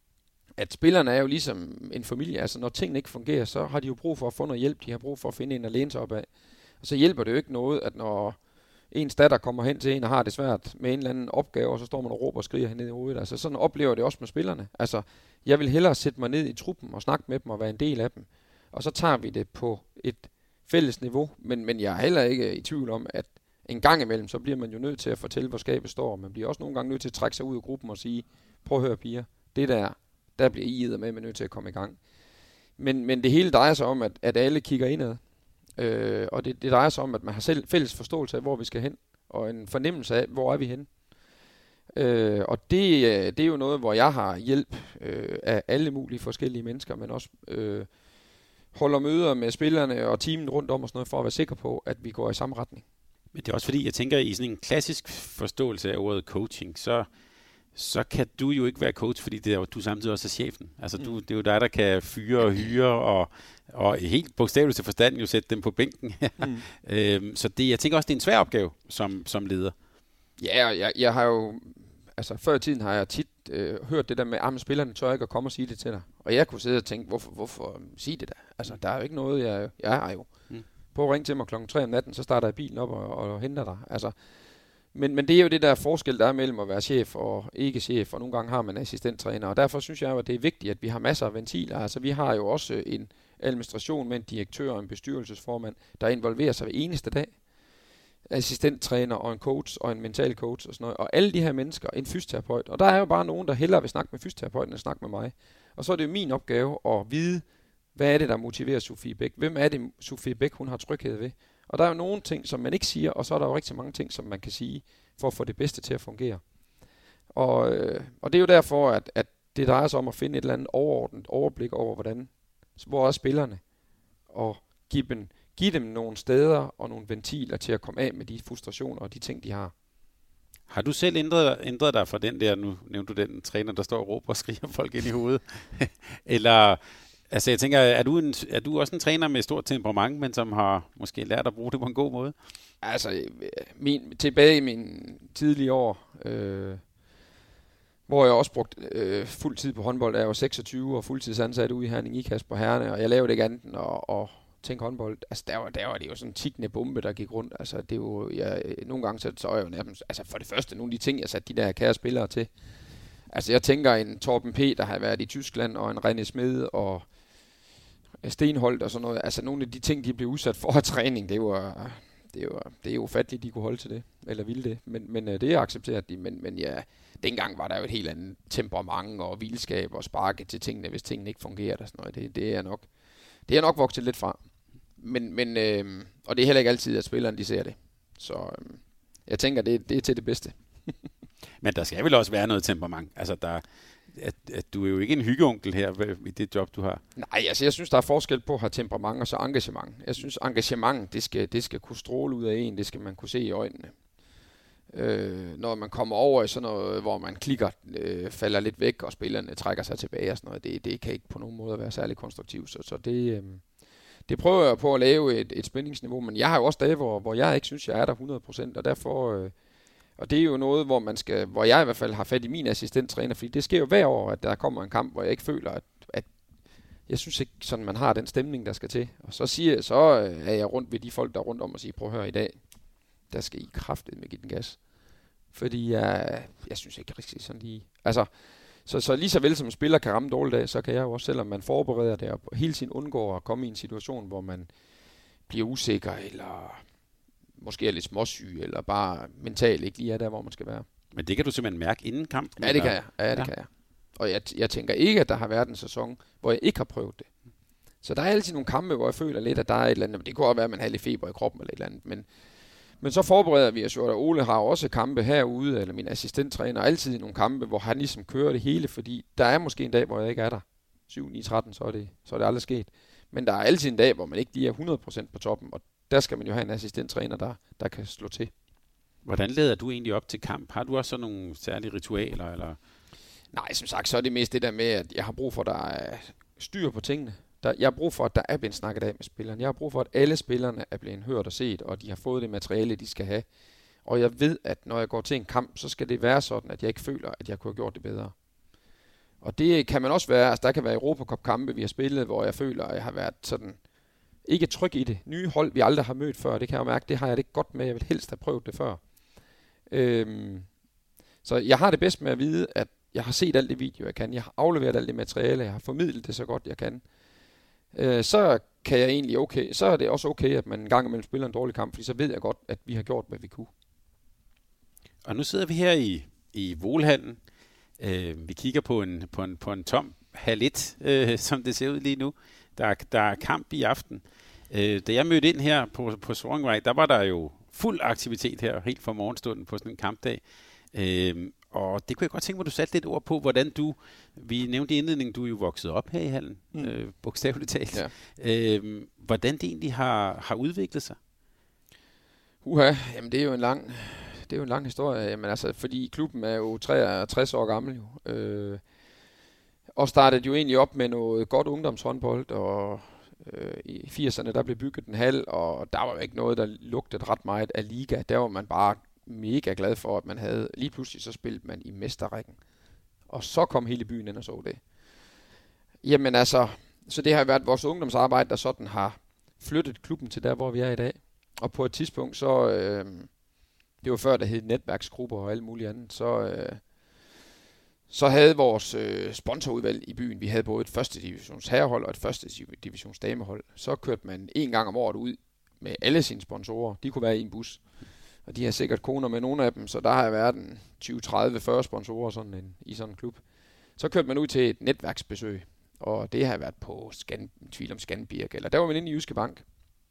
at spillerne er jo ligesom en familie. Altså, når tingene ikke fungerer, så har de jo brug for at få noget hjælp. De har brug for at finde en at læne sig op af. Og så hjælper det jo ikke noget, at når ens datter kommer hen til en og har det svært med en eller anden opgave, og så står man og råber og skriger hernede i hovedet. Altså sådan oplever det også med spillerne. Altså, jeg vil hellere sætte mig ned i truppen og snakke med dem og være en del af dem. Og så tager vi det på et fælles niveau. Men, men jeg er heller ikke i tvivl om, at en gang imellem, så bliver man jo nødt til at fortælle, hvor skabet står. Man bliver også nogle gange nødt til at trække sig ud af gruppen og sige, prøv at høre piger, det der, der bliver I med, med nødt til at komme i gang. Men, men det hele drejer sig om, at, at alle kigger indad. Øh, og det, det drejer sig om, at man har selv fælles forståelse af, hvor vi skal hen, og en fornemmelse af, hvor er vi henne. Øh, og det, det er jo noget, hvor jeg har hjælp øh, af alle mulige forskellige mennesker, men også øh, holder møder med spillerne og teamet rundt om og sådan noget, for at være sikker på, at vi går i samme retning. Men det er også fordi, jeg tænker, i sådan en klassisk forståelse af ordet coaching, så så kan du jo ikke være coach, fordi det er jo, du samtidig også er chefen. Altså, du, det er jo dig, der kan fyre og hyre, og, og helt bogstaveligt til forstand jo sætte dem på bænken. mm. øhm, så det, jeg tænker også, det er en svær opgave som, som leder. Ja, jeg, jeg har jo, altså før i tiden har jeg tit øh, hørt det der med, at spillerne tør ikke at komme og sige det til dig. Og jeg kunne sidde og tænke, hvorfor, hvorfor sige det der? Altså, der er jo ikke noget, jeg, jeg har jo. Mm. Prøv at ringe til mig klokken tre om natten, så starter jeg bilen op og, og henter dig. Altså, Men, men det er jo det der forskel, der er mellem at være chef og ikke chef, og nogle gange har man assistenttræner, og derfor synes jeg jo, at det er vigtigt, at vi har masser af ventiler. Altså vi har jo også en administration med en direktør og en bestyrelsesformand, der involverer sig hver eneste dag. Assistenttræner og en coach og en mental coach og sådan noget. Og alle de her mennesker, en fysioterapeut. Og der er jo bare nogen, der hellere vil snakke med fysioterapeuten end snakke med mig. Og så er det jo min opgave at vide, hvad er det, der motiverer Sofie Bæk? Hvem er det, Sofie Bæk, hun har tryghed ved? Og der er jo nogle ting, som man ikke siger, og så er der jo rigtig mange ting, som man kan sige, for at få det bedste til at fungere. Og, øh, og det er jo derfor, at, at det drejer sig om at finde et eller andet overordnet overblik over, hvordan, hvor er spillerne, og give dem, give dem nogle steder og nogle ventiler til at komme af med de frustrationer og de ting, de har. Har du selv ændret, ændret dig fra den der, nu nævnte du den træner, der står og råber og skriger folk ind i hovedet? Eller... Altså jeg tænker, er du, en, er du også en træner med stort temperament, men som har måske lært at bruge det på en god måde? Altså, min, tilbage i mine tidlige år, øh, hvor jeg også brugte øh, fuld tid på håndbold, da jeg var seksogtyve og fuldtidsansat ude i Herning Ikast på Herne, og jeg lavede ikke andet end at, at tænke håndbold. Altså, der var, der var det jo sådan en tikkende bombe, der gik rundt. Altså, det var, jeg, nogle gange så, så var jeg jo nærmest, altså for det første, nogle af de ting, jeg satte de der kære spillere til, Altså jeg tænker en Torben P., der har været i Tyskland, og en René Smed og Stenholdt og sådan noget. Altså nogle af de ting, de blev udsat for af træning, det var, det var, det er jo ufatteligt, de kunne holde til det, eller ville det. Men, men det er accepteret de, men, men ja, dengang var der jo et helt andet temperament og vildskab og sparke til tingene, hvis tingene ikke fungerer og sådan noget. Det, det er nok, det er nok vokset lidt fra. Men, men øh, og det er heller ikke altid, at spillerne de ser det. Så øh, jeg tænker, det, det er til det bedste. Men der skal vel også være noget temperament. Altså, der, at, at du er jo ikke en hyggeonkel her i det job, du har. Nej, altså jeg synes, der er forskel på at have temperament og så engagement. Jeg synes, engagement, det skal, det skal kunne stråle ud af en. Det skal man kunne se i øjnene. Øh, når man kommer over i sådan noget, hvor man klikker, øh, falder lidt væk, og spillerne trækker sig tilbage og sådan noget, det, det kan ikke på nogen måde være særlig konstruktivt. Så, så det, øh, det prøver jeg på at lave et, et spændingsniveau, men jeg har jo også dage, hvor, hvor jeg ikke synes, jeg er der hundrede procent, og derfor... Øh, Og det er jo noget, hvor man skal, hvor jeg i hvert fald har fat i min assistenttræner, fordi det sker jo hver år, at der kommer en kamp, hvor jeg ikke føler, at, at jeg synes ikke, sådan man har den stemning, der skal til. Og så siger jeg, så er jeg rundt ved de folk, der er rundt om og siger, prøv at høre i dag, der skal I kraftedeme give den gas. Fordi jeg, jeg synes ikke rigtig sådan lige, altså, så, så lige så vel som en spiller kan ramme en dårlig dag, så kan jeg jo også, selvom man forbereder det, og hele tiden undgår at komme i en situation, hvor man bliver usikker, eller måske er lidt småsyg, eller bare mentalt ikke lige er der, hvor man skal være. Men det kan du simpelthen mærke inden kampen? Ja, det kan jeg. Ja, det ja. kan jeg. Og jeg, jeg tænker ikke, at der har været en sæson, hvor jeg ikke har prøvet det. Så der er altid nogle kampe, hvor jeg føler lidt, at der er et eller andet. Det kunne også være, at man har lidt feber i kroppen eller et eller andet. Men, men så forbereder vi os jo, og Ole har også kampe herude, eller min assistenttræner, altid nogle kampe, hvor han ligesom kører det hele, fordi der er måske en dag, hvor jeg ikke er der. syv ni tretten, så er det, så er det aldrig sket. Men der er altid en dag, hvor man ikke lige er hundrede procent på toppen, og der skal man jo have en assistenttræner, der, der kan slå til. Hvordan leder du egentlig op til kamp? Har du også sådan nogle særlige ritualer? Eller? Nej, som sagt, så er det mest det der med, at jeg har brug for, at der er styr på tingene. Der, jeg har brug for, at der er blevet snakket af med spillerne. Jeg har brug for, at alle spillerne er blevet hørt og set, og de har fået det materiale, de skal have. Og jeg ved, at når jeg går til en kamp, så skal det være sådan, at jeg ikke føler, at jeg kunne have gjort det bedre. Og det kan man også være, altså der kan være Europacup-kampe, vi har spillet, hvor jeg føler, at jeg har været sådan ikke tryg i det. Nye hold, vi aldrig har mødt før, det kan jeg mærke, det har jeg det ikke godt med. Jeg vil helst have prøvet det før. Øhm, så jeg har det bedst med at vide, at jeg har set alt det video, jeg kan. Jeg har afleveret alt det materiale, jeg har formidlet det så godt, jeg kan. Øh, så kan jeg egentlig okay, så er det også okay, at man en gang imellem spiller en dårlig kamp, fordi så ved jeg godt, at vi har gjort, hvad vi kunne. Og nu sidder vi her i, i Voelhallen. Øh, vi kigger på en, på en, på en tom halv et, øh, som det ser ud lige nu. Der, der er kamp i aften. Øh, da jeg mødte ind her på, på Svoringvej, der var der jo fuld aktivitet her, helt fra morgenstunden på sådan en kampdag. Øh, og det kunne jeg godt tænke mig, at du satte lidt ord på, hvordan du, vi nævnte i indledningen, du er jo vokset op her i hallen, mm. øh, bogstaveligt talt. Ja. Øh, hvordan det egentlig har, har udviklet sig? Uha, jamen det er jo en lang, det er jo en lang historie, jamen altså, fordi klubben er jo treogtres år gammel jo. Øh, og startede jo egentlig op med noget godt ungdomshåndbold, og øh, i firserne der blev bygget en hal, og der var jo ikke noget, der lugtede ret meget af liga. Der var man bare mega glad for, at man havde, lige pludselig så spillede man i mesterrækken. Og så kom hele byen ind og så det. Jamen altså, så det har været vores ungdomsarbejde, der sådan har flyttet klubben til der, hvor vi er i dag. Og på et tidspunkt, så, øh, det var før, der hed netværksgrupper og alt muligt andet, så, øh, så havde vores øh, sponsorudvalg i byen, vi havde både et første divisions herrehold og et første divisions damehold. Så kørte man en gang om året ud med alle sine sponsorer. De kunne være i en bus. Og de har sikkert koner med nogle af dem, så der har været en tyve, tredive, fyrre sponsorer sådan en, i sådan en klub. Så kørte man ud til et netværksbesøg, og det har været på Scan, tvivl om Scanbirk, eller der var man inde i Jyske Bank.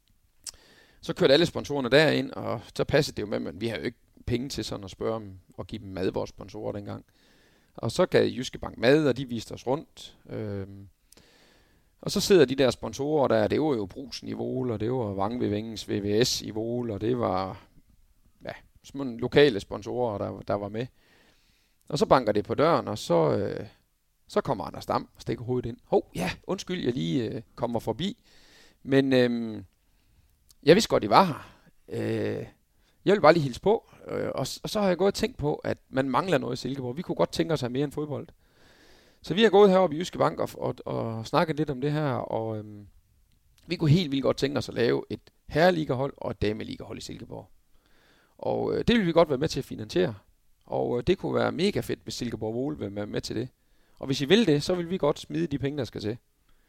Så kørte alle sponsorerne derind, og så passede det jo med, men vi har jo ikke penge til sådan at spørge om og give dem mad, vores sponsorer dengang. Og så gav Jyske Bank mad, og de viste os rundt. Øhm, og så sidder de der sponsorer der, det var jo Brugsen i Vole, og det var Vangbevingens V V S i Vole, og det var ja, små lokale sponsorer, der, der var med. Og så banker det på døren, og så, øh, så kommer Anders Dam og stikker hovedet ind. Hov, ja, undskyld, jeg lige øh, kommer forbi. Men øh, jeg vidste godt, I var her. Øh, jeg vil bare lige hilse på. Øh, og, og så har jeg gået og tænkt på, at man mangler noget i Silkeborg. Vi kunne godt tænke os at have mere end fodbold. Så vi har gået heroppe i Jyske Bank og, og, og snakket lidt om det her, og øh, vi kunne helt vildt godt tænke os at lave et herreligahold og et dameligahold i Silkeborg. Og øh, det vil vi godt være med til at finansiere. Og øh, det kunne være mega fedt, hvis Silkeborg Vole vil være med til det. Og hvis I vil det, så vil vi godt smide de penge, der skal til.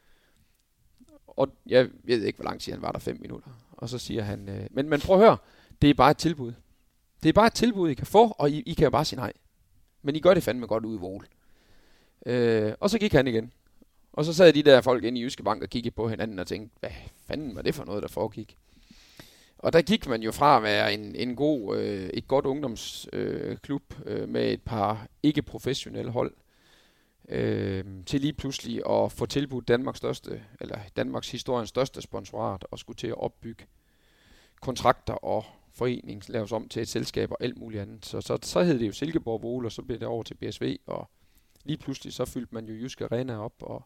Og jeg ved ikke, hvor lang tid han var der, fem minutter. Og så siger han, øh, men, men prøv at høre, det er bare et tilbud. Det er bare et tilbud, I kan få, og I, I kan jo bare sige nej. Men I gør det fandme godt ude i Vole. Øh, og så gik han igen. Og så sad de der folk inde i Jyske Bank og kiggede på hinanden og tænkte, hvad fanden var det for noget, der foregik? Og der gik man jo fra at være en, en god, øh, et godt ungdomsklub øh, øh, med et par ikke-professionelle hold, øh, til lige pludselig at få tilbudt Danmarks største, eller Danmarks historiens største sponsorat, og skulle til at opbygge kontrakter og forening, laves om til et selskab og alt muligt andet. Så, så, så hed det jo Silkeborg Vole, og så blev det over til B S V, og lige pludselig så fyldte man jo Jysk Arena op, og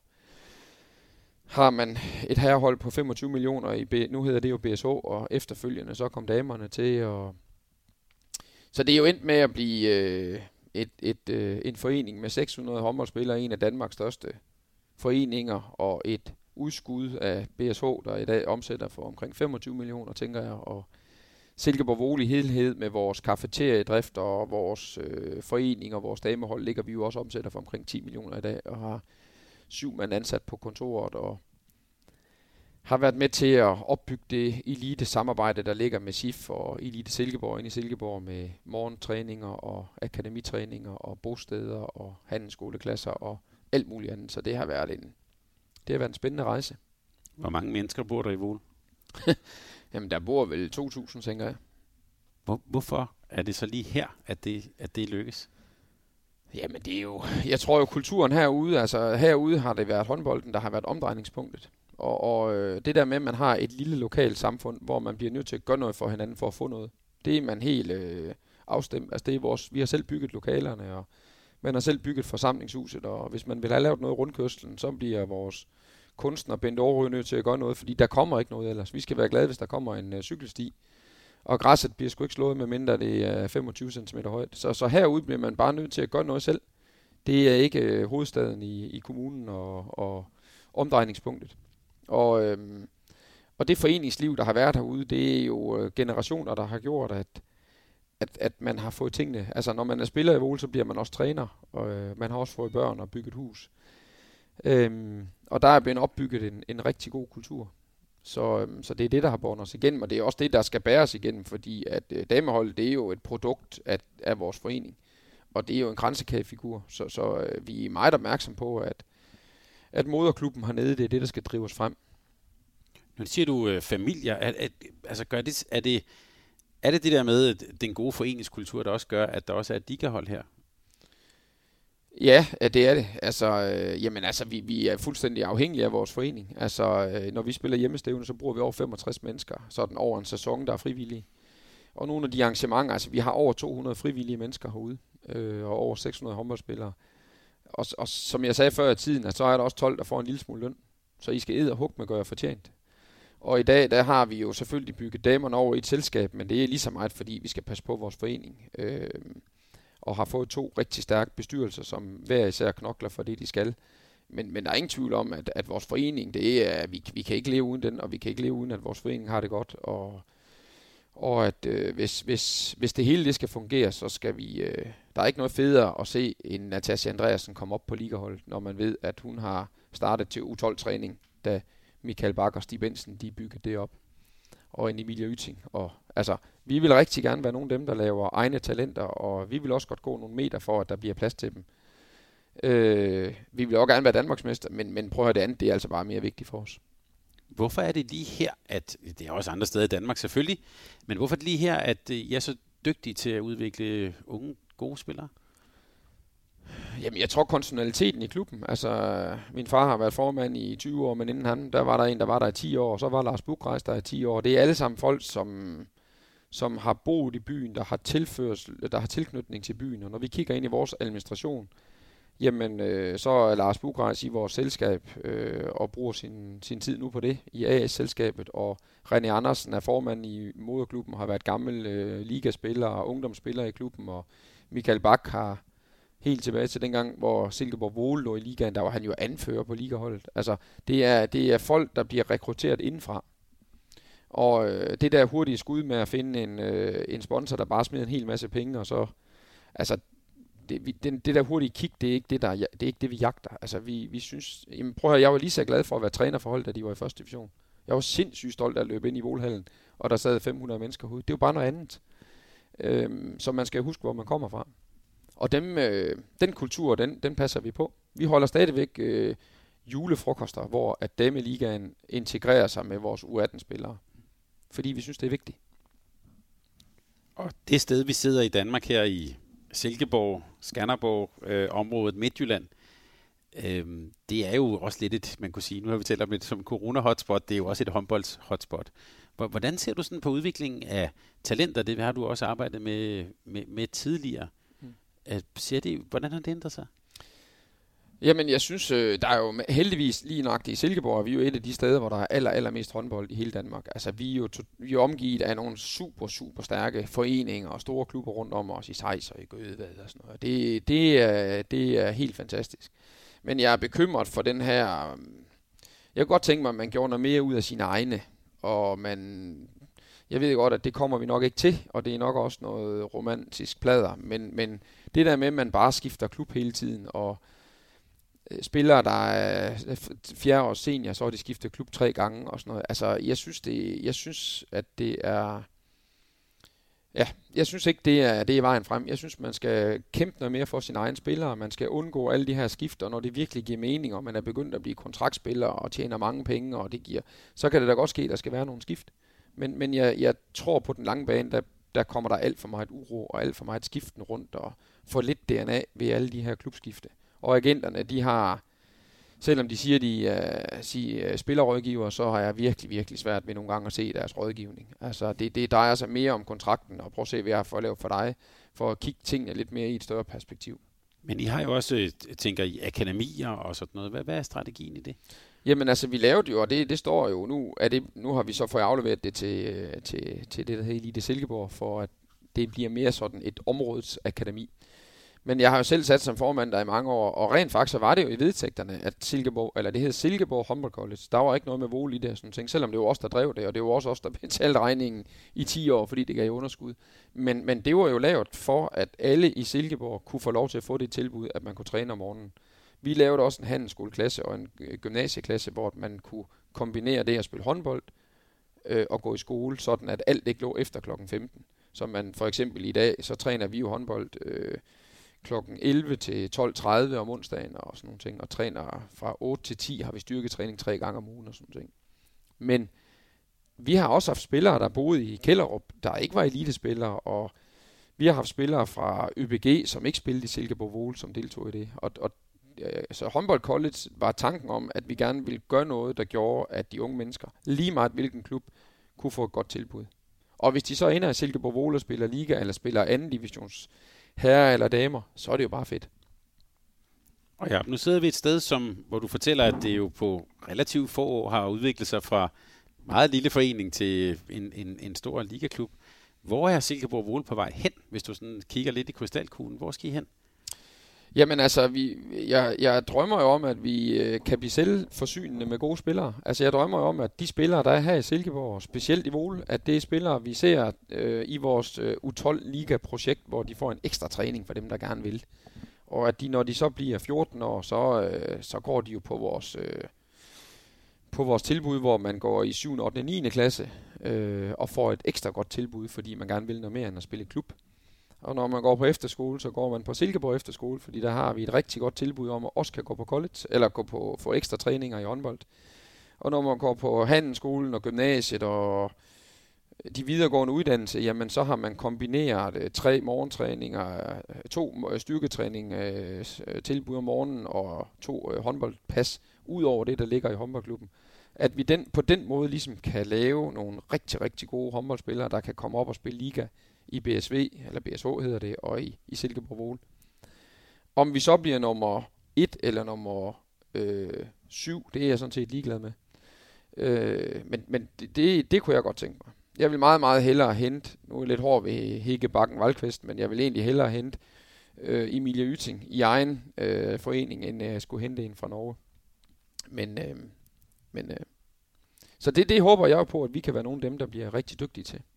har man et herrehold på femogtyve millioner i B, nu hedder det jo B S H, og efterfølgende så kom damerne til, og så det er jo endt med at blive øh, et, et, øh, en forening med seks hundrede håndboldspillere, en af Danmarks største foreninger, og et udskud af B S H, der i dag omsætter for omkring femogtyve millioner, tænker jeg, og Silkeborg Vole i helhed med vores kafeteriedrift og vores øh, forening og vores damehold ligger vi jo også omsætter for omkring ti millioner i dag, og har syv mand ansat på kontoret, og har været med til at opbygge det elite samarbejde, der ligger med S I F og Elite Silkeborg inde i Silkeborg med morgentræninger og akademitræninger og bosteder og handelsskoleklasser og alt muligt andet. Så det har været en, det har været en spændende rejse. Hvor mange mennesker bor der i Vole? Jamen, der bor vel to tusind, tænker jeg. Hvor, hvorfor er det så lige her, at det, at det lykkes? Jamen, det er jo... Jeg tror jo, kulturen herude... Altså, herude har det været håndbolden, der har været omdrejningspunktet. Og, og øh, det der med, at man har et lille lokalt samfund, hvor man bliver nødt til at gøre noget for hinanden for at få noget, det er man helt øh, afstemt. Altså, det er vores... Vi har selv bygget lokalerne, og man har selv bygget forsamlingshuset, og hvis man vil have lavet noget i rundkørslen, så bliver vores kunstner Bent Aarhus nødt til at gøre noget, fordi der kommer ikke noget ellers. Vi skal være glade, hvis der kommer en øh, cykelsti, og græsset bliver sgu ikke slået, med mindre det er femogtyve centimeter højt. Så, så herude bliver man bare nødt til at gøre noget selv. Det er ikke øh, hovedstaden i, i kommunen og, og omdrejningspunktet. Og, øhm, og det foreningsliv, der har været herude, det er jo øh, generationer, der har gjort, at, at, at man har fået tingene. Altså, når man er spiller i Vole, så bliver man også træner, og øh, man har også fået børn og bygget hus. Øhm, og der er blevet opbygget en, en rigtig god kultur. Så, øhm, så det er det, der har båret os igennem, og det er også det, der skal bæres igennem, fordi at øh, dameholdet, det er jo et produkt af, af vores forening, og det er jo en kransekagefigur, så, så øh, vi er meget opmærksom på, at, at moderklubben hernede, det er det, der skal drive os frem. Nu siger du øh, familier, er, er, altså gør det, er, det, er det det der med den gode foreningskultur, der også gør, at der også er et dikkerhold her? Ja, det er det. Altså, øh, jamen, altså, vi, vi er fuldstændig afhængige af vores forening. Altså, øh, når vi spiller hjemmestævne, så bruger vi over femogtres mennesker, sådan over en sæson, der er frivillige. Og nogle af de arrangementer, altså, vi har over to hundrede frivillige mennesker herude, øh, og over seks hundrede håndboldspillere. Og, og som jeg sagde før i tiden, så er der også tolv, der får en lille smule løn. Så I skal æde og hugge med gøre fortjent. Og i dag, der har vi jo selvfølgelig bygget damerne over i et selskab, men det er lige så meget, fordi vi skal passe på vores forening. Øh, og har fået to rigtig stærke bestyrelser, som hver især knokler for det, de skal. Men, men der er ingen tvivl om, at, at vores forening, det er, vi, vi kan ikke leve uden den, og vi kan ikke leve uden, at vores forening har det godt. Og, og at øh, hvis, hvis, hvis det hele det skal fungere, så skal vi... Øh, der er ikke noget federe at se en Natasha Andreasen komme op på ligaholdet, når man ved, at hun har startet til U tolv-træning, da Michael Bak og Stig Bensen, de byggede det op. Og en Emilia Yting. Og altså, vi vil rigtig gerne være nogle af dem, der laver egne talenter, og vi vil også godt gå nogle meter for, at der bliver plads til dem. Øh, vi vil også gerne være Danmarksmester, men, men prøv at høre, det andet, det er altså bare mere vigtigt for os. Hvorfor er det lige her, at det er også andre steder i Danmark selvfølgelig, men hvorfor er det lige her, at I er så dygtige til at udvikle unge, gode spillere? Jamen, jeg tror kontinuiteten i klubben. Altså, min far har været formand i tyve år, men inden han, der var der en, der var der i ti år, og så var Lars Bukrejs der i ti år. Det er alle sammen folk, som, som har boet i byen, der har, tilførsel, der har tilknytning til byen. Og når vi kigger ind i vores administration, jamen, øh, så er Lars Bukrejs i vores selskab øh, og bruger sin, sin tid nu på det i A S-selskabet. Og René Andersen er formand i moderklubben, har været gammel øh, ligaspiller og ungdomsspiller i klubben, og Michael Bak har helt tilbage til dengang, hvor Silkeborg Vole lå i ligaen, der var han jo anfører på ligaholdet. Altså, det er, det er folk, der bliver rekrutteret indenfra. Og øh, det der hurtige skud med at finde en, øh, en sponsor, der bare smider en hel masse penge, og så altså, det, vi, den, det der hurtige kig, det er ikke det, der, det er ikke det, vi jagter. Altså, vi, vi synes, jamen, prøv at høre, jeg var lige så glad for at være træner for holdet, da de var i første division. Jeg var sindssygt stolt af at løbe ind i Volhallen, og der sad fem hundrede mennesker ude. Det er jo bare noget andet. Øhm, så man skal huske, hvor man kommer fra. Og dem, øh, den kultur, den, den passer vi på. Vi holder stadigvæk øh, julefrokoster, hvor at dameligaen integrerer sig med vores U atten-spillere. Fordi vi synes, det er vigtigt. Og det sted, vi sidder i Danmark her i Silkeborg, Skanderborg, øh, området Midtjylland, øh, det er jo også lidt et, man kunne sige, nu har vi talt om det som corona-hotspot, det er jo også et håndbolds-hotspot. Hvordan ser du sådan på udviklingen af talenter? Det har du også arbejdet med, med, med tidligere. Hmm. Ser det, hvordan har det ændret sig? Jamen, jeg synes, øh, der er jo heldigvis lige nøjagtigt i Silkeborg, vi er jo et af de steder, hvor der er aller, allermest håndbold i hele Danmark. Altså, vi er jo to, vi er omgivet af nogle super, super stærke foreninger og store klubber rundt om os i Sejs og i Gødevad og sådan noget. Det, det, er, det er helt fantastisk. Men jeg er bekymret for den her... Jeg kunne godt tænke mig, at man gjorde noget mere ud af sine egne, og man... Jeg ved godt, at det kommer vi nok ikke til, og det er nok også noget romantisk plader, men, men det der med, at man bare skifter klub hele tiden, og spillere, der er fjerde års senior, så har de skiftet klub tre gange og sådan noget. Altså, jeg synes, det, jeg synes at det er... Ja, jeg synes ikke, det er, det er vejen frem. Jeg synes, man skal kæmpe noget mere for sine egne spillere. Man skal undgå alle de her skifter, når det virkelig giver mening, og man er begyndt at blive kontraktspiller og tjener mange penge, og det giver... Så kan det da godt ske, at der skal være nogle skift. Men, men jeg, jeg tror på den lange bane, der, der kommer der alt for meget uro og alt for meget skiften rundt, og for lidt D N A ved alle de her klubskifte. Og agenterne, de har, selvom de siger, de uh, siger, uh, spillerrådgiver, så har jeg virkelig, virkelig svært ved nogle gange at se deres rådgivning. Altså, det, det drejer sig mere om kontrakten, og prøv at se, hvad jeg har fået lavet for dig, for at kigge tingene lidt mere i et større perspektiv. Men I har jo også, tænker I, akademier og sådan noget. Hvad, hvad er strategien i det? Jamen altså, vi lavede jo, og det, det står jo nu, er det, nu har vi så fået afleveret det til, til, til det, der hedder Elite Silkeborg, for at det bliver mere sådan et områdets akademi. Men jeg har jo selv sat som formand der i mange år, og rent faktisk så var det jo i vedtægterne, at Silkeborg, eller det hed Silkeborg Håndbold College, der var ikke noget med vål i det og sådan ting, selvom det var os, der drev det, og det var også os, der betalte regningen i ti år, fordi det gav underskud. Men, men det var jo lavet for, at alle i Silkeborg kunne få lov til at få det tilbud, at man kunne træne om morgenen. Vi lavede også en handelsskoleklasse og en gymnasieklasse, hvor man kunne kombinere det at spille håndbold øh, og gå i skole, sådan at alt ikke lå efter klokken femten. Så man for eksempel i dag, så træner vi jo håndbold øh, klokken elleve til tolv tredive om onsdagen og sådan nogle ting, og træner fra otte til ti har vi styrketræning tre gange om ugen og sådan ting. Men vi har også haft spillere, der boede i Kjellerup, der ikke var elitespillere, og vi har haft spillere fra Ø B G, som ikke spillede i Silkeborg Vol, som deltog i det. Og, og så Håndbold College var tanken om, at vi gerne ville gøre noget, der gjorde, at de unge mennesker, lige meget hvilken klub, kunne få et godt tilbud. Og hvis de så ender i Silkeborg Vol og spiller liga, eller spiller anden divisions herrer eller damer, så er det jo bare fedt. Og ja, nu sidder vi et sted, som, hvor du fortæller, at det jo på relativt få år har udviklet sig fra meget lille forening til en, en, en stor ligaklub. Hvor er Silkeborg Vol på vej hen, hvis du sådan kigger lidt i krystalkuglen? Hvor skal I hen? Jamen altså, vi, jeg, jeg drømmer jo om, at vi øh, kan blive selvforsynende med gode spillere. Altså jeg drømmer jo om, at de spillere, der er her i Silkeborg, specielt i Vol, at det er spillere, vi ser øh, i vores øh, U tolv Liga-projekt, hvor de får en ekstra træning for dem, der gerne vil. Og at de, når de så bliver fjorten år, så, øh, så går de jo på vores, øh, på vores tilbud, hvor man går i syvende, ottende og niende klasse øh, og får et ekstra godt tilbud, fordi man gerne vil noget mere end at spille klub. Og når man går på efterskole, så går man på Silkeborg efterskole, fordi der har vi et rigtig godt tilbud om, at også kan gå på college, eller gå på få ekstra træninger i håndbold. Og når man går på handelsskolen og gymnasiet og de videregående uddannelser, jamen så har man kombineret øh, tre morgentræninger, to styrketræning øh, tilbud om morgenen og to øh, håndboldpas, ud over det, der ligger i håndboldklubben. At vi den, på den måde ligesom kan lave nogle rigtig, rigtig gode håndboldspillere, der kan komme op og spille liga i B S V, eller B S H hedder det, og i, i Silkeborg Vol. Om vi så bliver nummer et eller nummer øh, syv, det er jeg sådan set ligeglad med. Øh, men men det, det, det kunne jeg godt tænke mig. Jeg vil meget, meget hellere hente, nu er jeg lidt hård ved Hække Bakken Valdqvist, men jeg vil egentlig hellere hente øh, Emilie Yting i egen øh, forening, end jeg skulle hente en fra Norge. Men, øh, men øh, så det, det håber jeg på, at vi kan være nogle af dem, der bliver rigtig dygtige til.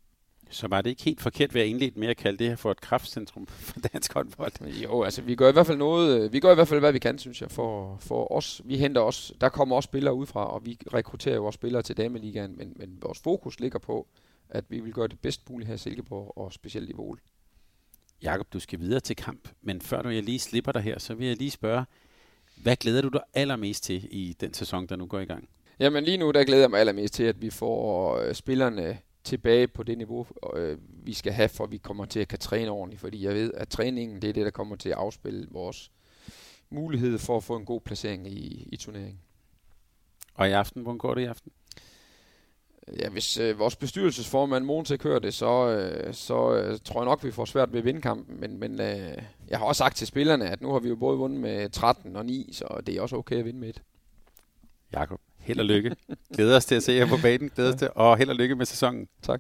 Så var det ikke helt forkert ved at indlede med at kalde det her for et kraftcentrum for dansk håndbold? Jo, altså vi gør i hvert fald noget, vi gør i hvert fald hvad vi kan, synes jeg, for, for os. Vi henter også, der kommer også spillere udefra, og vi rekrutterer jo også spillere til dameligaen, men, men vores fokus ligger på, at vi vil gøre det bedst muligt her i Silkeborg, og specielt i Våle. Jakob, du skal videre til kamp, men før du jeg lige slipper dig her, så vil jeg lige spørge, hvad glæder du dig allermest til i den sæson, der nu går i gang? Jamen lige nu, der glæder jeg mig allermest til, at vi får øh, spillerne tilbage på det niveau, øh, vi skal have, for vi kommer til at kan træne ordentligt, fordi jeg ved, at træningen, det er det, der kommer til at afspille vores mulighed for at få en god placering i, i turneringen. Og i aften, hvordan går det i aften? Ja, hvis øh, vores bestyrelsesformand Mogens ikke hører det, så, øh, så øh, tror jeg nok, vi får svært ved at vinde kampen. Men, men øh, jeg har også sagt til spillerne, at nu har vi jo både vundet med tretten og ni, så det er også okay at vinde med et. Jakob, held og lykke. Glæder os til at se jer på banen. Glæder os til, og held og lykke med sæsonen. Tak.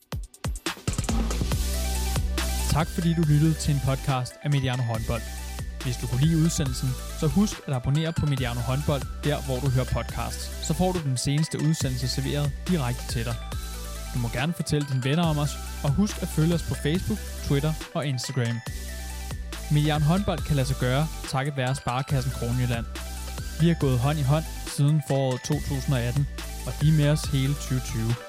Tak fordi du lyttede til en podcast af Mediano Håndbold. Hvis du kunne lide udsendelsen, så husk at abonnere på Mediano Håndbold, der hvor du hører podcasts. Så får du den seneste udsendelse serveret direkte til dig. Du må gerne fortælle dine venner om os, og husk at følge os på Facebook, Twitter og Instagram. Mediano Håndbold kan lade sig gøre, takket være Sparekassen Kronjylland. Vi har gået hånd i hånd siden foråret to tusind og atten, og de er med os hele tyve tyve.